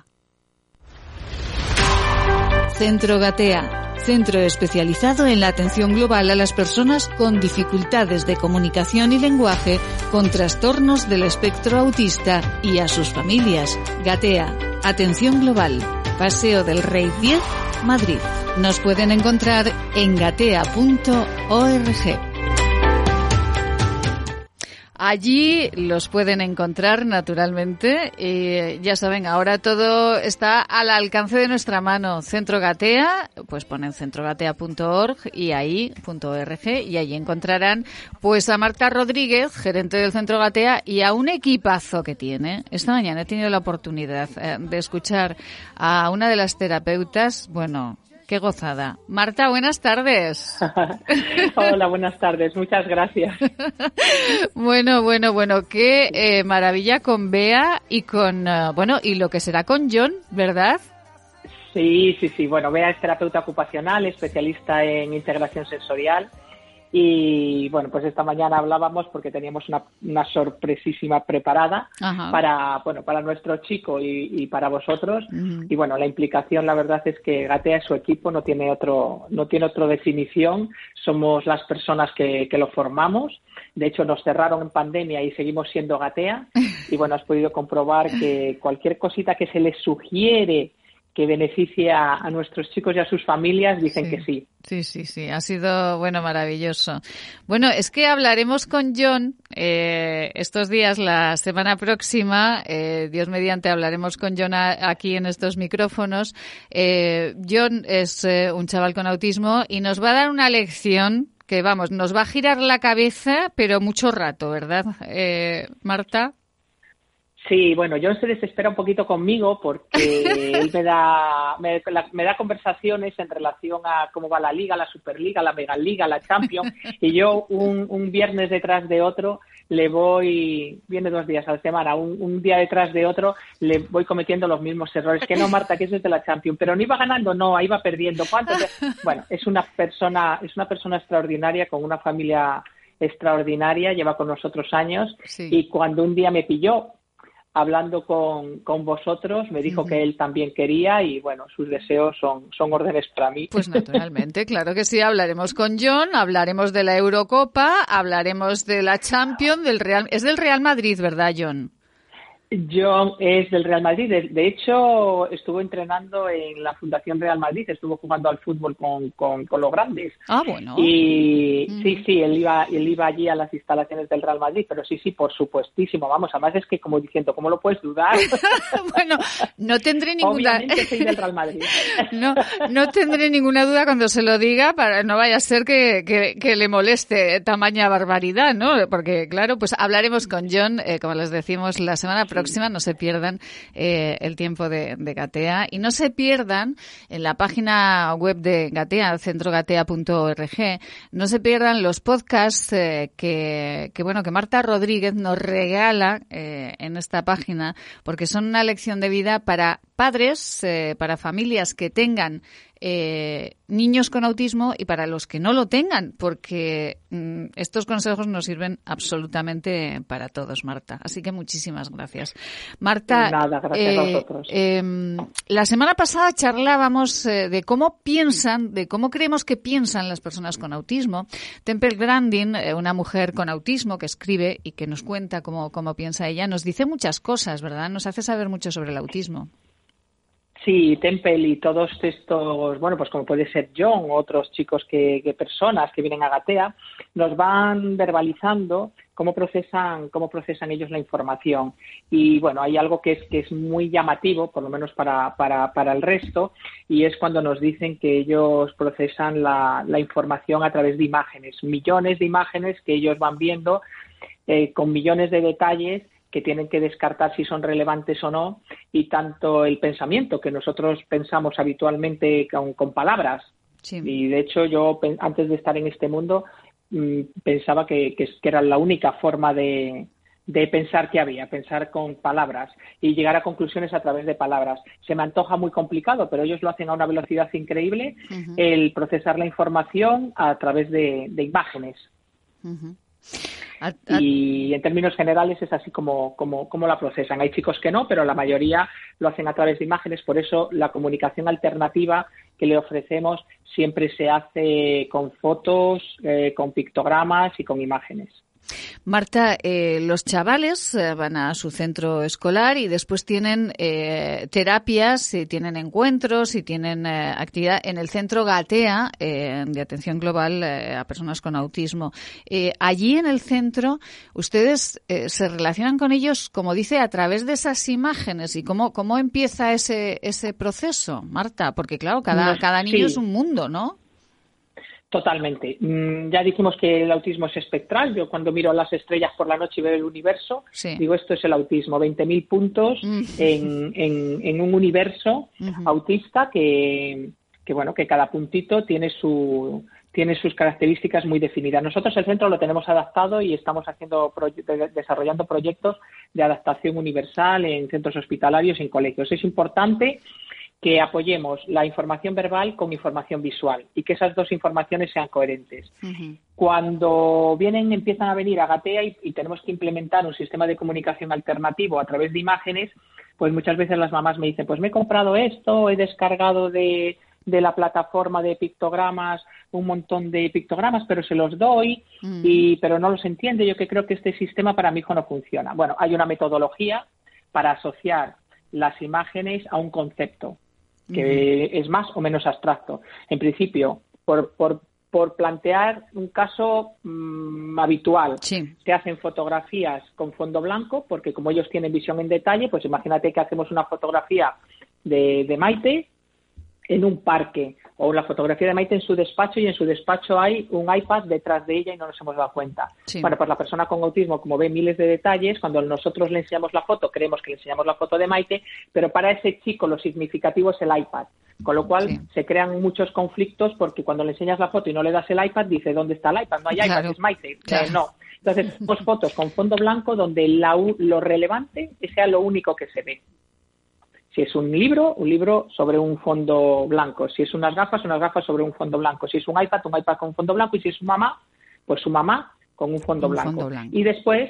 [SPEAKER 2] Centro Gatea, centro especializado en la atención global a las personas con dificultades de comunicación y lenguaje, con trastornos del espectro autista y a sus familias. Gatea, atención global, Paseo del Rey 10, Madrid. Nos pueden encontrar en gatea.org. Allí los pueden encontrar naturalmente y ya saben, ahora todo está al alcance de nuestra mano. Centro Gatea, pues ponen centrogatea.org y ahí.org y ahí encontrarán pues a Marta Rodríguez, gerente del Centro Gatea, y a un equipazo que tiene. Esta mañana he tenido la oportunidad de escuchar a una de las terapeutas, bueno, qué gozada. Marta, buenas tardes.
[SPEAKER 10] Hola, buenas tardes. Muchas gracias.
[SPEAKER 2] Bueno. Qué maravilla con Bea y con, y lo que será con John, ¿verdad?
[SPEAKER 10] Sí. Bueno, Bea es terapeuta ocupacional, especialista en integración sensorial. Y bueno, pues esta mañana hablábamos porque teníamos una sorpresísima preparada para nuestro chico y para vosotros. Uh-huh. Y bueno, la implicación, la verdad es que Gatea es su equipo, no tiene otra definición. Somos las personas que lo formamos. De hecho, nos cerraron en pandemia y seguimos siendo Gatea. Y bueno, has podido comprobar que cualquier cosita que se les sugiere que beneficie a nuestros chicos y a sus familias, dicen que sí.
[SPEAKER 2] Sí. Ha sido, maravilloso. Bueno, es que hablaremos con John estos días, la semana próxima, Dios mediante, hablaremos con John aquí en estos micrófonos. John es un chaval con autismo y nos va a dar una lección que, nos va a girar la cabeza, pero mucho rato, ¿verdad, Marta?
[SPEAKER 10] Sí, bueno, John se desespera un poquito conmigo porque él me da conversaciones en relación a cómo va la Liga, la Superliga, la Megaliga, la Champions, y yo un viernes detrás de otro viene 2 días a la semana, un día detrás de otro le voy cometiendo los mismos errores. Que no, Marta, que eso es de la Champions, pero no iba ganando, no, ahí va perdiendo. Bueno, es una persona extraordinaria, con una familia extraordinaria, lleva con nosotros años, y cuando un día me pilló hablando con vosotros, me dijo que él también quería y, bueno, sus deseos son órdenes para mí.
[SPEAKER 2] Pues naturalmente, claro que sí. Hablaremos con John, hablaremos de la Eurocopa, hablaremos de la Champions, es del Real Madrid, ¿verdad, John?
[SPEAKER 10] John es del Real Madrid. De hecho, estuvo entrenando en la Fundación Real Madrid, estuvo jugando al fútbol con los grandes.
[SPEAKER 2] Ah, bueno.
[SPEAKER 10] Y sí, él iba allí a las instalaciones del Real Madrid, pero sí, por supuestísimo. Vamos, además es que, como diciendo, ¿cómo lo puedes dudar?
[SPEAKER 2] Bueno, no tendré ninguna...
[SPEAKER 10] Obviamente soy del Real Madrid.
[SPEAKER 2] No tendré ninguna duda cuando se lo diga, para no vaya a ser que le moleste tamaña barbaridad, ¿no? Porque, claro, pues hablaremos con John, como les decimos, la semana próxima. No se pierdan el tiempo de Gatea y no se pierdan en la página web de Gatea, centrogatea.org, no se pierdan los podcasts que Marta Rodríguez nos regala en esta página, porque son una lección de vida para padres, para familias que tengan niños con autismo y para los que no lo tengan, porque estos consejos nos sirven absolutamente para todos, Marta. Así que muchísimas gracias. Marta,
[SPEAKER 10] nada, gracias a vosotros.
[SPEAKER 2] La semana pasada charlábamos de cómo creemos que piensan las personas con autismo. Temple Grandin, una mujer con autismo que escribe y que nos cuenta cómo piensa ella, nos dice muchas cosas, ¿verdad? Nos hace saber mucho sobre el autismo.
[SPEAKER 10] Sí, Temple y todos estos, pues como puede ser John, otros chicos personas que vienen a Gatea, nos van verbalizando cómo procesan ellos la información. Y bueno, hay algo que es muy llamativo, por lo menos para el resto, y es cuando nos dicen que ellos procesan la información a través de imágenes, millones de imágenes que ellos van viendo con millones de detalles que tienen que descartar si son relevantes o no, y tanto el pensamiento, que nosotros pensamos habitualmente con palabras. Sí. Y de hecho yo, antes de estar en este mundo, pensaba que era la única forma de pensar que había, pensar con palabras y llegar a conclusiones a través de palabras. Se me antoja muy complicado, pero ellos lo hacen a una velocidad increíble, el procesar la información a través de imágenes. Y en términos generales es así como la procesan. Hay chicos que no, pero la mayoría lo hacen a través de imágenes. Por eso la comunicación alternativa que le ofrecemos siempre se hace con fotos, con pictogramas y con imágenes.
[SPEAKER 2] Marta, los chavales van a su centro escolar y después tienen terapias, y tienen encuentros y tienen actividad en el centro Gatea de atención global a personas con autismo. Allí en el centro, ustedes se relacionan con ellos, como dice, a través de esas imágenes. ¿Y cómo empieza ese proceso, Marta? Porque claro, cada niño es un mundo, ¿no?
[SPEAKER 10] Totalmente. Ya dijimos que el autismo es espectral. Yo cuando miro las estrellas por la noche y veo el universo, digo, esto es el autismo. 20.000 puntos en un universo autista que cada puntito tiene sus características muy definidas. Nosotros el centro lo tenemos adaptado y estamos desarrollando proyectos de adaptación universal en centros hospitalarios y en colegios. Es importante que apoyemos la información verbal con información visual y que esas dos informaciones sean coherentes. Cuando empiezan a venir a Gatea y tenemos que implementar un sistema de comunicación alternativo a través de imágenes, pues muchas veces las mamás me dicen, pues me he comprado esto, he descargado de la plataforma de pictogramas un montón de pictogramas, pero se los doy, pero no los entiende. Yo que creo que este sistema para mi hijo no funciona. Bueno, hay una metodología para asociar las imágenes a un concepto que es más o menos abstracto. En principio, por plantear un caso habitual, se hacen fotografías con fondo blanco, porque como ellos tienen visión en detalle, pues imagínate que hacemos una fotografía de Maite en un parque, o la fotografía de Maite en su despacho, y en su despacho hay un iPad detrás de ella y no nos hemos dado cuenta. Bueno, pues la persona con autismo, como ve miles de detalles, cuando nosotros le enseñamos la foto, creemos que le enseñamos la foto de Maite, pero para ese chico lo significativo es el iPad. Con lo cual se crean muchos conflictos, porque cuando le enseñas la foto y no le das el iPad, dice, ¿dónde está el iPad? No hay iPad, es Maite. No. Entonces, pues fotos con fondo blanco donde lo relevante sea lo único que se ve. Si es un libro sobre un fondo blanco. Si es unas gafas sobre un fondo blanco. Si es un iPad con un fondo blanco. Y si es su mamá, pues su mamá con un fondo blanco. Y después,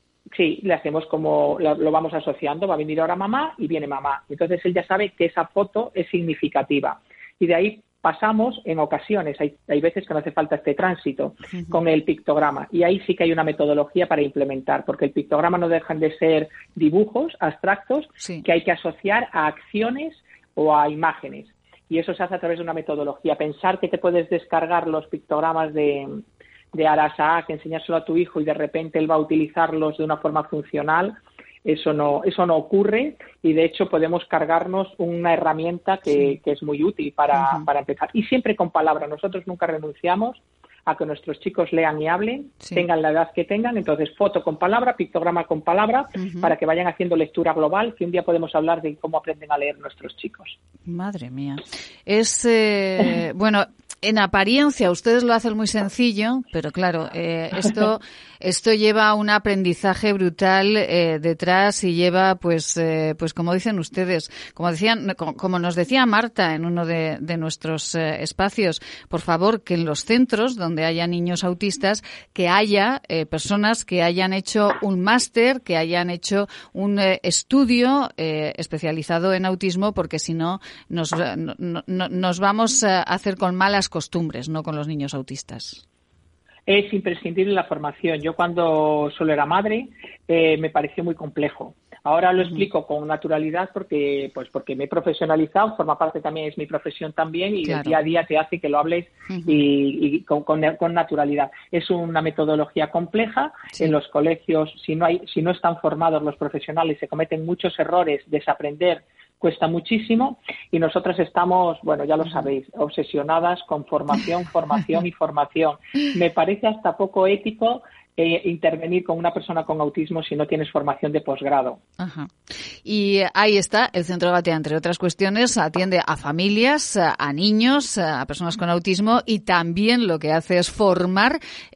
[SPEAKER 10] le hacemos como lo vamos asociando. Va a venir ahora mamá y viene mamá. Entonces él ya sabe que esa foto es significativa. Y de ahí pasamos en ocasiones, hay veces que no hace falta este tránsito con el pictograma, y ahí sí que hay una metodología para implementar, porque el pictograma no dejan de ser dibujos abstractos que hay que asociar a acciones o a imágenes, y eso se hace a través de una metodología. Pensar que te puedes descargar los pictogramas de Arasa, que enseñárselo a tu hijo y de repente él va a utilizarlos de una forma funcional, eso no ocurre, y de hecho podemos cargarnos una herramienta que es muy útil para empezar, y siempre con palabras. Nosotros nunca renunciamos a que nuestros chicos lean y hablen, tengan la edad que tengan. Entonces, foto con palabra, pictograma con palabra, para que vayan haciendo lectura global, que un día podemos hablar de cómo aprenden a leer nuestros chicos.
[SPEAKER 2] Madre mía. Es, bueno, en apariencia ustedes lo hacen muy sencillo, pero claro, esto lleva un aprendizaje brutal detrás, y lleva, pues como dicen ustedes, como nos decía Marta en uno de nuestros espacios, por favor, que en los centros donde haya niños autistas, que haya personas que hayan hecho un máster, que hayan hecho un estudio especializado en autismo, porque si no nos vamos a hacer con malas costumbres, no con los niños autistas.
[SPEAKER 10] Es imprescindible la formación. Yo cuando solo era madre me pareció muy complejo. Ahora lo explico con naturalidad porque me he profesionalizado, forma parte también, es mi profesión también, y el día a día te hace que lo hables y con naturalidad. Es una metodología compleja. En los colegios, si no están formados los profesionales, se cometen muchos errores. Desaprender cuesta muchísimo, y nosotras estamos, bueno, ya lo sabéis, obsesionadas con formación y formación. Me parece hasta poco ético intervenir con una persona con autismo si no tienes formación de posgrado. Y
[SPEAKER 2] ahí está, el Centro Gatea, entre otras cuestiones, atiende a familias, a niños, a personas con autismo, y también lo que hace es formar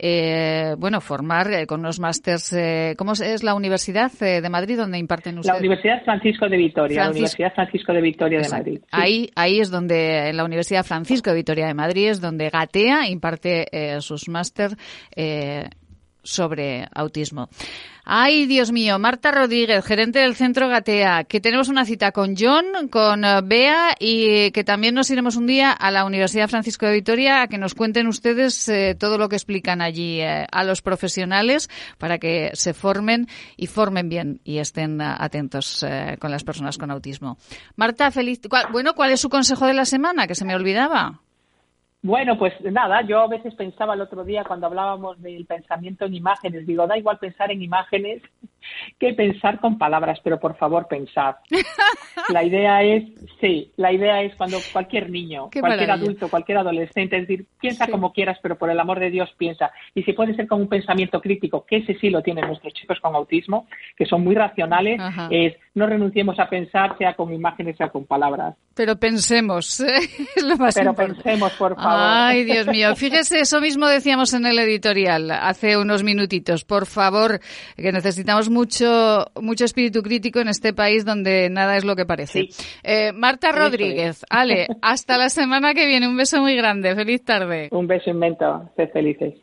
[SPEAKER 2] con unos másters. ¿Cómo es la Universidad de Madrid donde imparten ustedes?
[SPEAKER 10] La Universidad Francisco de Vitoria, de Madrid. Sí.
[SPEAKER 2] Ahí es donde, en la Universidad Francisco de Vitoria de Madrid, es donde Gatea imparte sus máster sobre autismo. Ay, Dios mío, Marta Rodríguez, gerente del Centro Gatea, que tenemos una cita con John, con Bea y que también nos iremos un día a la Universidad Francisco de Vitoria a que nos cuenten ustedes todo lo que explican allí a los profesionales para que se formen y formen bien y estén atentos con las personas con autismo. Marta, feliz. ¿Cuál es su consejo de la semana? Que se me olvidaba.
[SPEAKER 10] Bueno, pues nada, yo a veces pensaba el otro día cuando hablábamos del pensamiento en imágenes, digo, da igual pensar en imágenes que pensar con palabras, pero por favor pensad. La idea es cuando cualquier niño, cualquier adulto, cualquier adolescente, es decir, piensa como quieras, pero por el amor de Dios piensa. Y si puede ser con un pensamiento crítico, que ese sí lo tienen nuestros chicos con autismo, que son muy racionales, es no renunciemos a pensar, sea con imágenes, sea con palabras.
[SPEAKER 2] Pero pensemos, es lo más importante.
[SPEAKER 10] Pensemos, por favor.
[SPEAKER 2] Ay, Dios mío. Fíjese, eso mismo decíamos en el editorial hace unos minutitos. Por favor, que necesitamos mucho espíritu crítico en este país donde nada es lo que parece. Sí. Marta Rodríguez, Ale, hasta la semana que viene. Un beso muy grande. Feliz tarde.
[SPEAKER 10] Un beso inmenso. Sed felices.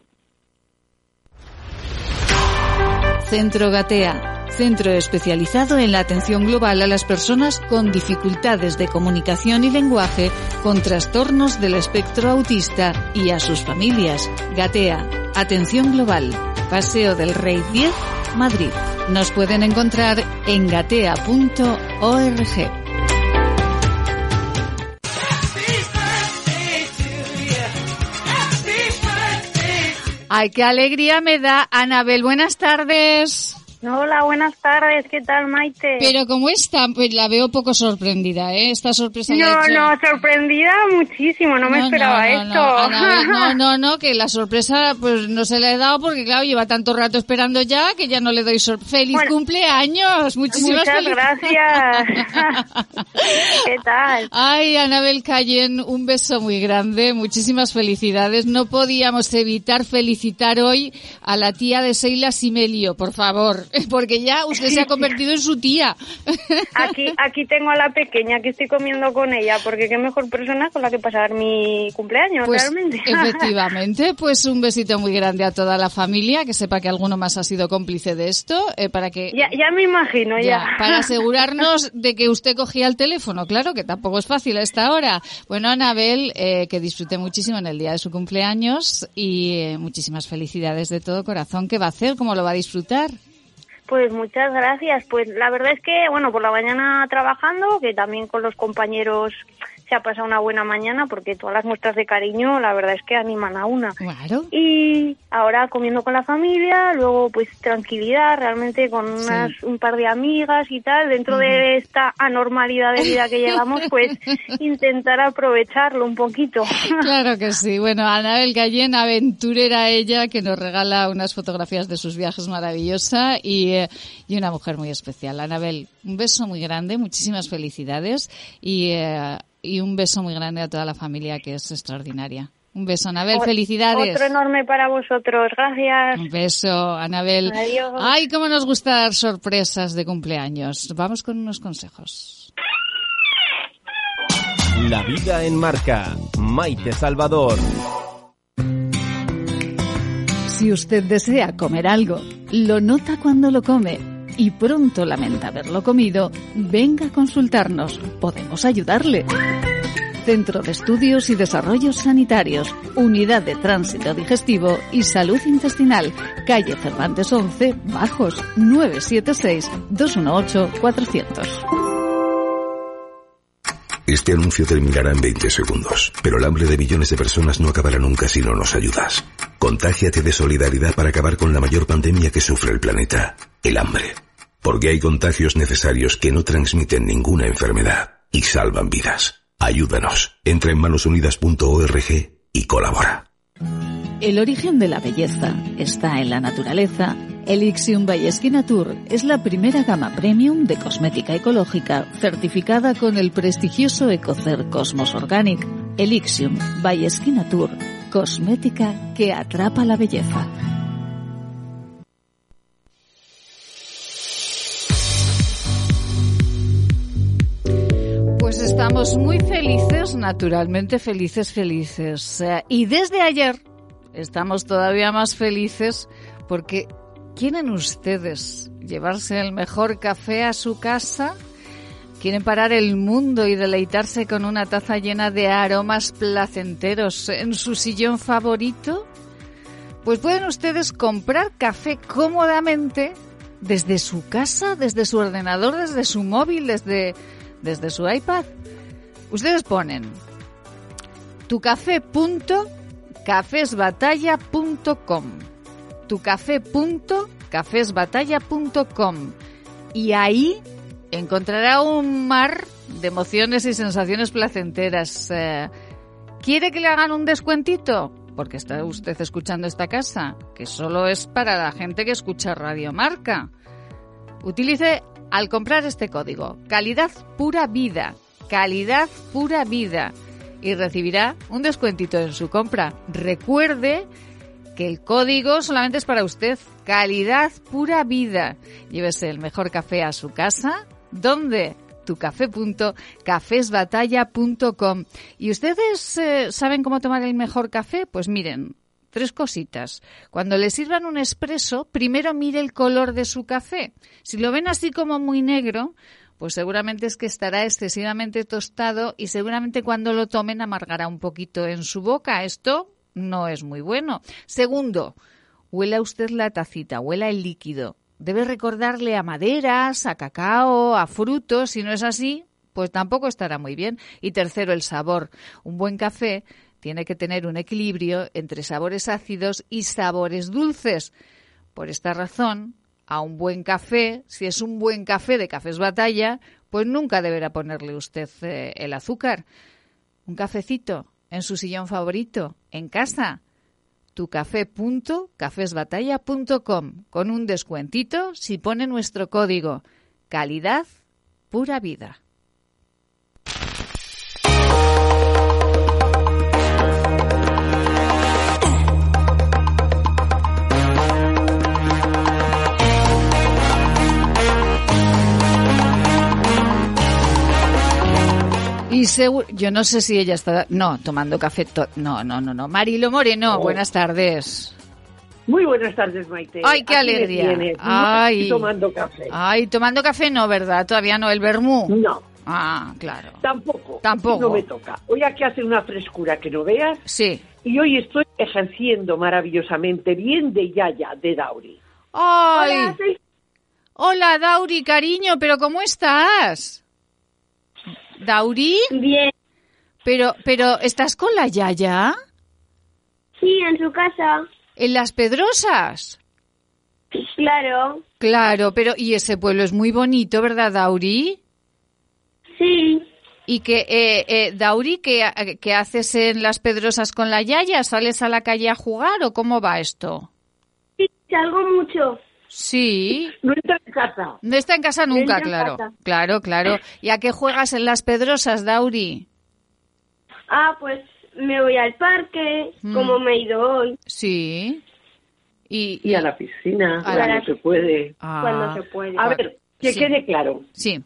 [SPEAKER 8] Centro Gatea. Centro especializado en la atención global a las personas con dificultades de comunicación y lenguaje con trastornos del espectro autista y a sus familias. Gatea. Atención global. Paseo del Rey 10, Madrid. Nos pueden encontrar en gatea.org.
[SPEAKER 2] ¡Ay, qué alegría me da! Anabel, buenas tardes.
[SPEAKER 11] Hola, buenas tardes. ¿Qué tal, Maite?
[SPEAKER 2] Pero ¿cómo está? Pues la veo poco sorprendida, ¿eh? Esta sorpresa.
[SPEAKER 11] No, sorprendida muchísimo. No me esperaba esto.
[SPEAKER 2] No, que la sorpresa pues no se la he dado porque, claro, lleva tanto rato esperando ya que ya no le doy sorpresa. ¡Feliz cumpleaños! Muchísimas
[SPEAKER 11] gracias. ¿Qué tal?
[SPEAKER 2] Ay, Anabel Cayén, un beso muy grande. Muchísimas felicidades. No podíamos evitar felicitar hoy a la tía de Seila Simelio, por favor. Porque ya usted se ha convertido en su tía.
[SPEAKER 11] Aquí tengo a la pequeña que estoy comiendo con ella, porque qué mejor persona con la que pasar mi cumpleaños,
[SPEAKER 2] pues,
[SPEAKER 11] realmente.
[SPEAKER 2] Efectivamente, pues un besito muy grande a toda la familia, que sepa que alguno más ha sido cómplice de esto, para que...
[SPEAKER 11] Ya me imagino, ya.
[SPEAKER 2] Para asegurarnos de que usted cogía el teléfono, claro, que tampoco es fácil a esta hora. Bueno, Anabel, que disfrute muchísimo en el día de su cumpleaños y muchísimas felicidades de todo corazón. ¿Qué va a hacer? ¿Cómo lo va a disfrutar?
[SPEAKER 11] Pues muchas gracias. Pues la verdad es que, bueno, por la mañana trabajando, que también con los compañeros se ha pasado una buena mañana, porque todas las muestras de cariño, la verdad es que animan a una.
[SPEAKER 2] Claro.
[SPEAKER 11] Y ahora comiendo con la familia, luego pues tranquilidad, realmente con un par de amigas y tal, dentro de esta anormalidad de vida que llevamos, pues intentar aprovecharlo un poquito.
[SPEAKER 2] Claro que sí. Bueno, Anabel Cayén, aventurera ella, que nos regala unas fotografías de sus viajes maravillosa y una mujer muy especial. Anabel, un beso muy grande, muchísimas felicidades y un beso muy grande a toda la familia, que es extraordinaria. Un beso, Anabel, felicidades.
[SPEAKER 11] Otro enorme para vosotros, gracias.
[SPEAKER 2] Un beso, Anabel.
[SPEAKER 11] Adiós.
[SPEAKER 2] Ay, cómo nos gusta dar sorpresas de cumpleaños. Vamos con unos consejos.
[SPEAKER 1] La vida en marca. Maite Salvador.
[SPEAKER 8] Si usted desea comer algo, lo nota cuando lo come y pronto lamenta haberlo comido, venga a consultarnos. Podemos ayudarle. Centro de Estudios y Desarrollos Sanitarios, Unidad de Tránsito Digestivo y Salud Intestinal, calle Cervantes 11, Bajos, 976-218-400.
[SPEAKER 12] Este anuncio terminará en 20 segundos, pero el hambre de millones de personas no acabará nunca si no nos ayudas. Contágiate de solidaridad para acabar con la mayor pandemia que sufre el planeta, el hambre. Porque hay contagios necesarios que no transmiten ninguna enfermedad y salvan vidas. Ayúdanos. Entra en manosunidas.org y colabora.
[SPEAKER 8] El origen de la belleza está en la naturaleza. Elixium by Skinatur es la primera gama premium de cosmética ecológica certificada con el prestigioso Ecocer Cosmos Organic. Elixium by Skinatur, cosmética que atrapa la belleza.
[SPEAKER 2] Pues estamos muy felices, naturalmente felices. Y desde ayer estamos todavía más felices Porque ¿quieren ustedes llevarse el mejor café a su casa? ¿Quieren parar el mundo y deleitarse con una taza llena de aromas placenteros en su sillón favorito? Pues pueden ustedes comprar café cómodamente desde su casa, desde su ordenador, desde su móvil, desde su iPad. Ustedes ponen tucafé.cafesbatalla.com tucafé.cafesbatalla.com y ahí encontrará un mar de emociones y sensaciones placenteras. ¿Quiere que le hagan un descuentito? Porque está usted escuchando esta casa, que solo es para la gente que escucha Radio Marca. Utilice al comprar este código, calidad pura vida, y recibirá un descuentito en su compra. Recuerde que el código solamente es para usted, calidad pura vida. Llévese el mejor café a su casa. ¿Dónde? tucafé.cafesbatalla.com. ¿Y ustedes saben cómo tomar el mejor café? Pues miren, 3 cositas. Cuando le sirvan un espresso, primero mire el color de su café. Si lo ven así como muy negro, pues seguramente es que estará excesivamente tostado y seguramente cuando lo tomen amargará un poquito en su boca. Esto no es muy bueno. Segundo, huela usted la tacita, huela el líquido. Debe recordarle a maderas, a cacao, a frutos. Si no es así, pues tampoco estará muy bien. Y tercero, el sabor. Un buen café tiene que tener un equilibrio entre sabores ácidos y sabores dulces. Por esta razón, a un buen café, si es un buen café de Cafés Batalla, pues nunca deberá ponerle usted el azúcar. Un cafecito en su sillón favorito, en casa. tucafé.cafesbatalla.com con un descuentito si pone nuestro código calidad pura vida. Y yo no sé si ella está... No, tomando café... No. Marilo Moreno, buenas tardes.
[SPEAKER 13] Muy buenas tardes, Maite.
[SPEAKER 2] ¡Ay, qué alegría! Ay,
[SPEAKER 13] tomando café.
[SPEAKER 2] Ay, tomando café no, ¿verdad? Todavía no, el vermú.
[SPEAKER 13] No.
[SPEAKER 2] Ah, claro.
[SPEAKER 13] Tampoco.
[SPEAKER 2] Tampoco.
[SPEAKER 13] No me toca. Hoy aquí hace una frescura que no veas.
[SPEAKER 2] Sí.
[SPEAKER 13] Y hoy estoy ejerciendo maravillosamente bien de Yaya, de Dauri.
[SPEAKER 2] ¡Ay! Hola, Dauri, cariño, ¿pero cómo estás? ¿Dauri?
[SPEAKER 11] Bien.
[SPEAKER 2] Pero, ¿estás con la Yaya?
[SPEAKER 11] Sí, en su casa.
[SPEAKER 2] ¿En Las Pedrosas?
[SPEAKER 11] Claro.
[SPEAKER 2] Claro, pero y ese pueblo es muy bonito, ¿verdad, Dauri?
[SPEAKER 11] Sí.
[SPEAKER 2] ¿Y que, Dauri, qué haces en Las Pedrosas con la Yaya? ¿Sales a la calle a jugar o cómo va esto?
[SPEAKER 11] Sí, salgo mucho.
[SPEAKER 2] Sí.
[SPEAKER 13] No está en casa.
[SPEAKER 2] No está en casa nunca,
[SPEAKER 11] No
[SPEAKER 2] claro.
[SPEAKER 11] casa.
[SPEAKER 2] Claro. ¿Y a qué juegas en Las Pedrosas, Dauri?
[SPEAKER 11] Pues me voy al parque, como me he ido hoy.
[SPEAKER 2] Sí.
[SPEAKER 13] Y a la piscina, cuando se puede.
[SPEAKER 11] Cuando se puede.
[SPEAKER 13] A ver, que quede claro.
[SPEAKER 2] Sí.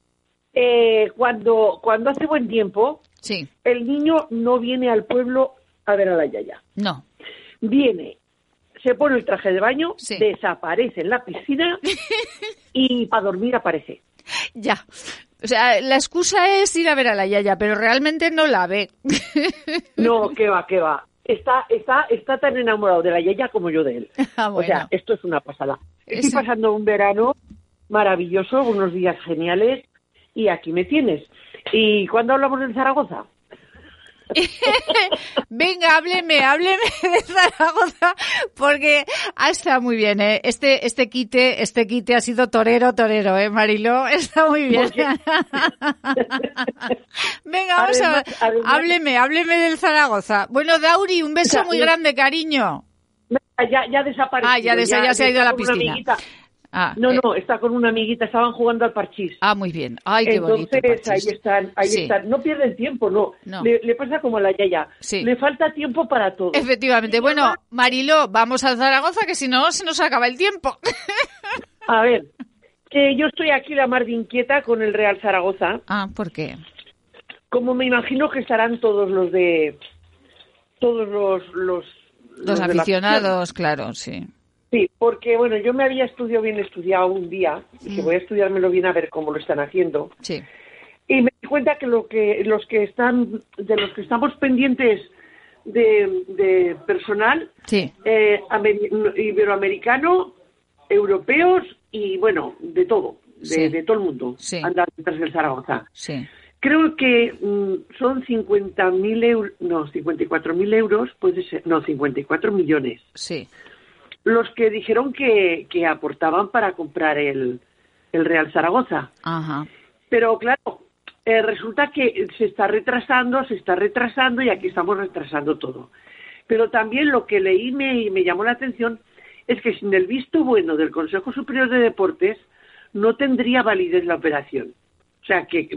[SPEAKER 13] Cuando hace buen tiempo,
[SPEAKER 2] sí,
[SPEAKER 13] el niño no viene al pueblo a ver a la Yaya.
[SPEAKER 2] No.
[SPEAKER 13] Viene, se pone el traje de baño, desaparece en la piscina y para dormir aparece.
[SPEAKER 2] Ya. O sea, la excusa es ir a ver a la Yaya, pero realmente no la ve.
[SPEAKER 13] No, qué va. Está tan enamorado de la Yaya como yo de él.
[SPEAKER 2] Bueno.
[SPEAKER 13] O sea, esto es una pasada. Estoy pasando un verano maravilloso, unos días geniales, y aquí me tienes. ¿Y cuándo hablamos de Zaragoza?
[SPEAKER 2] Venga, hábleme de Zaragoza, porque está muy bien, ¿eh? Este quite ha sido torero, Mariló, está muy bien. Venga, vamos a ver, hábleme del Zaragoza. Bueno, Dauri, un beso muy grande, cariño.
[SPEAKER 13] Ya desapareció.
[SPEAKER 2] Ya se ha ido a la piscina.
[SPEAKER 13] No, está con una amiguita, estaban jugando al parchís.
[SPEAKER 2] Muy bien. Ay, qué bonito.
[SPEAKER 13] Entonces, ahí están. No pierden tiempo, no. Le pasa como a la Yaya.
[SPEAKER 2] Sí.
[SPEAKER 13] Le falta tiempo para todo.
[SPEAKER 2] Efectivamente. Bueno, Mariló, vamos a Zaragoza, que si no, se nos acaba el tiempo.
[SPEAKER 13] A ver, que yo estoy aquí la mar de inquieta con el Real Zaragoza.
[SPEAKER 2] ¿Por qué?
[SPEAKER 13] Como me imagino que estarán todos los
[SPEAKER 2] aficionados, claro, sí.
[SPEAKER 13] Sí, porque bueno, yo me había bien estudiado un día, dije voy a estudiármelo bien a ver cómo lo están haciendo.
[SPEAKER 2] Sí.
[SPEAKER 13] Y me di cuenta que los que estamos pendientes de personal,
[SPEAKER 2] sí.
[SPEAKER 13] Iberoamericano, europeos y bueno, de todo, de todo el mundo, andan detrás del Zaragoza.
[SPEAKER 2] Sí.
[SPEAKER 13] Creo que son 50.000 euros, no, 54.000 euros, puede ser, no, 54 millones.
[SPEAKER 2] Sí.
[SPEAKER 13] Los que dijeron que aportaban para comprar el Real Zaragoza.
[SPEAKER 2] Ajá.
[SPEAKER 13] Pero claro, resulta que se está retrasando y aquí estamos retrasando todo. Pero también lo que leí me llamó la atención es que sin el visto bueno del Consejo Superior de Deportes no tendría validez la operación. O sea, que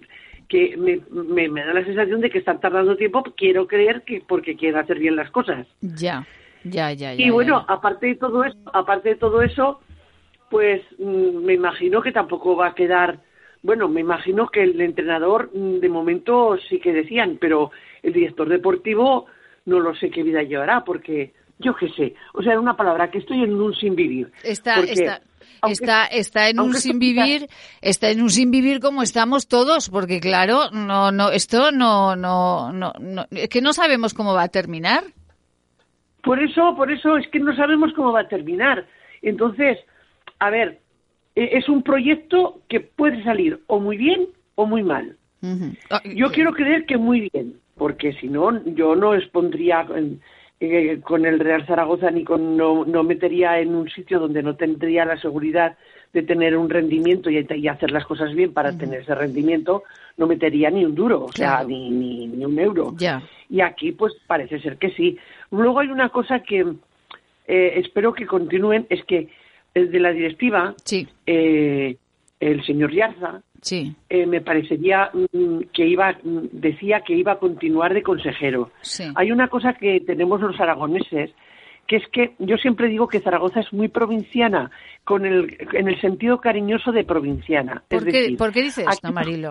[SPEAKER 13] me da la sensación de que están tardando tiempo, quiero creer que porque quieren hacer bien las cosas.
[SPEAKER 2] Ya. Y
[SPEAKER 13] bueno, aparte de todo eso, pues me imagino que tampoco va a quedar. Bueno, me imagino que el entrenador de momento sí que decían, pero el director deportivo no lo sé qué vida llevará, porque yo qué sé. O sea, en una palabra, que estoy en un sin vivir.
[SPEAKER 2] Está en un sin vivir como estamos todos, porque claro, esto es que no sabemos cómo va a terminar.
[SPEAKER 13] Por eso es que no sabemos cómo va a terminar. Entonces, a ver, es un proyecto que puede salir o muy bien o muy mal.
[SPEAKER 2] Uh-huh.
[SPEAKER 13] Yo quiero creer que muy bien, porque si no, yo no expondría con el Real Zaragoza no metería en un sitio donde no tendría la seguridad de tener un rendimiento y hacer las cosas bien para tener ese rendimiento, no metería ni un duro, o sea, ni un euro.
[SPEAKER 2] Ya.
[SPEAKER 13] Y aquí pues parece ser que sí. Luego hay una cosa que espero que continúen, es que de la directiva, el señor Yarza, me parecería decía que iba a continuar de consejero.
[SPEAKER 2] Sí.
[SPEAKER 13] Hay una cosa que tenemos los aragoneses, que es que yo siempre digo que Zaragoza es muy provinciana, en el sentido cariñoso de provinciana.
[SPEAKER 2] ¿Por qué dices esto, Marilo?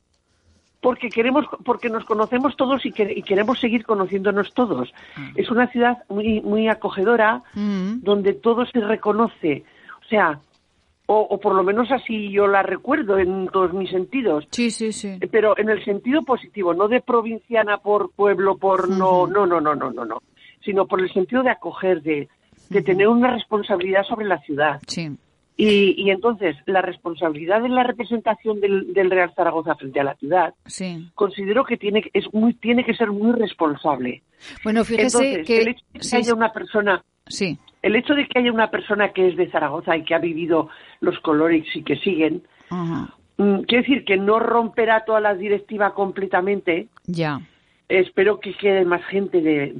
[SPEAKER 13] Porque nos conocemos todos y queremos seguir conociéndonos todos. Es una ciudad muy, muy acogedora, donde todo se reconoce. O sea, o por lo menos así yo la recuerdo en todos mis sentidos.
[SPEAKER 2] Sí.
[SPEAKER 13] Pero en el sentido positivo, no de provinciana por pueblo, no, sino por el sentido de acoger, de tener una responsabilidad sobre la ciudad.
[SPEAKER 2] Sí.
[SPEAKER 13] Y entonces, la responsabilidad de la representación del Real Zaragoza frente a la ciudad, considero que tiene que ser muy responsable.
[SPEAKER 2] Bueno, fíjese
[SPEAKER 13] entonces, el hecho de que haya una persona...
[SPEAKER 2] Sí.
[SPEAKER 13] El hecho de que haya una persona que es de Zaragoza y que ha vivido los colores y que siguen, quiere decir que no romperá toda la directiva completamente.
[SPEAKER 2] Ya.
[SPEAKER 13] Espero que quede más gente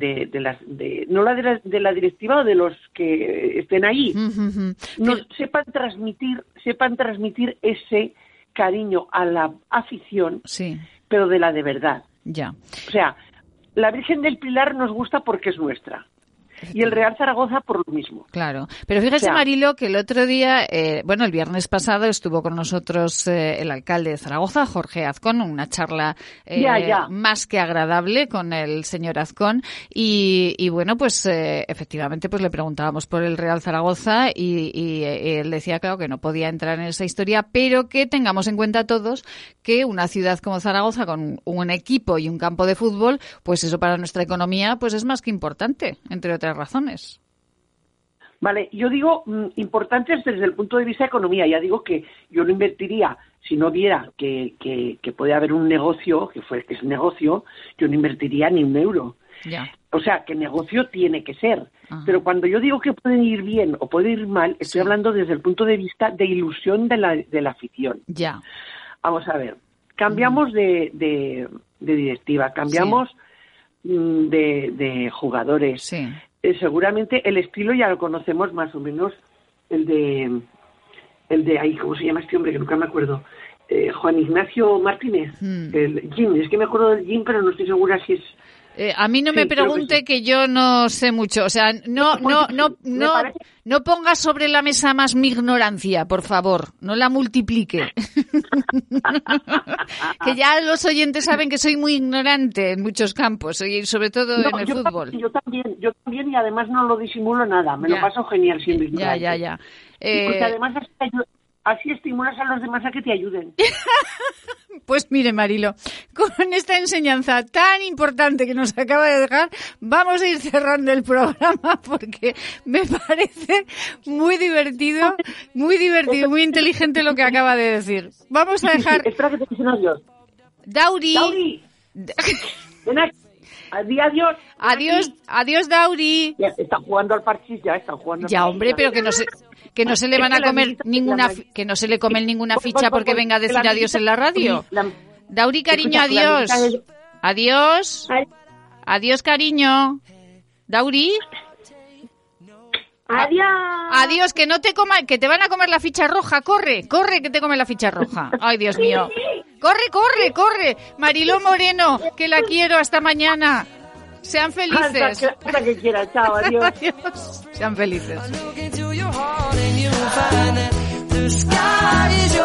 [SPEAKER 13] no de la directiva o de los que estén ahí. Sepan transmitir ese cariño a la afición, pero de la de verdad.
[SPEAKER 2] Ya.
[SPEAKER 13] O sea, la Virgen del Pilar nos gusta porque es nuestra. Y el Real Zaragoza por lo mismo.
[SPEAKER 2] Claro. Pero fíjese, Marilo, que el otro día, el viernes pasado estuvo con nosotros el alcalde de Zaragoza, Jorge Azcón, una charla más que agradable con el señor Azcón. Y bueno, pues efectivamente pues le preguntábamos por el Real Zaragoza y él decía, claro, que no podía entrar en esa historia, pero que tengamos en cuenta todos que una ciudad como Zaragoza, con un equipo y un campo de fútbol, pues eso para nuestra economía pues es más que importante, entre otras razones.
[SPEAKER 13] Vale, yo digo importantes desde el punto de vista de economía. Ya digo que yo no invertiría, si no viera que puede haber un negocio, que es un negocio, yo no invertiría ni un euro.
[SPEAKER 2] Ya.
[SPEAKER 13] O sea, que negocio tiene que ser. Ajá. Pero cuando yo digo que puede ir bien o puede ir mal, estoy hablando desde el punto de vista de ilusión de la afición.
[SPEAKER 2] Ya.
[SPEAKER 13] Vamos a ver, cambiamos de directiva, cambiamos de jugadores.
[SPEAKER 2] Sí.
[SPEAKER 13] Seguramente el estilo ya lo conocemos más o menos, el de ahí, ¿cómo se llama este hombre? Que nunca me acuerdo. Juan Ignacio Martínez, el Jim, es que me acuerdo del Jim, pero no estoy segura si es
[SPEAKER 2] A mí no me pregunte que yo no sé mucho. O sea, no ponga sobre la mesa más mi ignorancia, por favor. No la multiplique. Que ya los oyentes saben que soy muy ignorante en muchos campos, y sobre todo en el fútbol.
[SPEAKER 13] Yo también, y además no lo disimulo nada. Me lo paso genial siendo ignorante.
[SPEAKER 2] Ya.
[SPEAKER 13] Porque además así estimulas a los demás a que te ayuden.
[SPEAKER 2] Pues mire, Marilo, con esta enseñanza tan importante que nos acaba de dejar, vamos a ir cerrando el programa porque me parece muy divertido, muy inteligente lo que acaba de decir. Vamos a dejar...
[SPEAKER 13] Espera que te dicen adiós.
[SPEAKER 2] Dauri.
[SPEAKER 13] Ven aquí.
[SPEAKER 2] Adiós, Dauri.
[SPEAKER 13] Ya, están jugando al parchís,
[SPEAKER 2] Ya, hombre, pero que no se le van a comer que no se le comen ninguna ficha porque venga a decir adiós en la radio. Dauri, cariño, adiós. Adiós. Adiós, cariño. Dauri.
[SPEAKER 11] Adiós.
[SPEAKER 2] Adiós, que no te coman, que te van a comer la ficha roja. Corre, que te comen la ficha roja. Ay, Dios mío. Corre. Mariló Moreno, que la quiero. Hasta mañana. Sean felices.
[SPEAKER 13] Hasta que quiera. Chao, adiós.
[SPEAKER 2] Sean felices.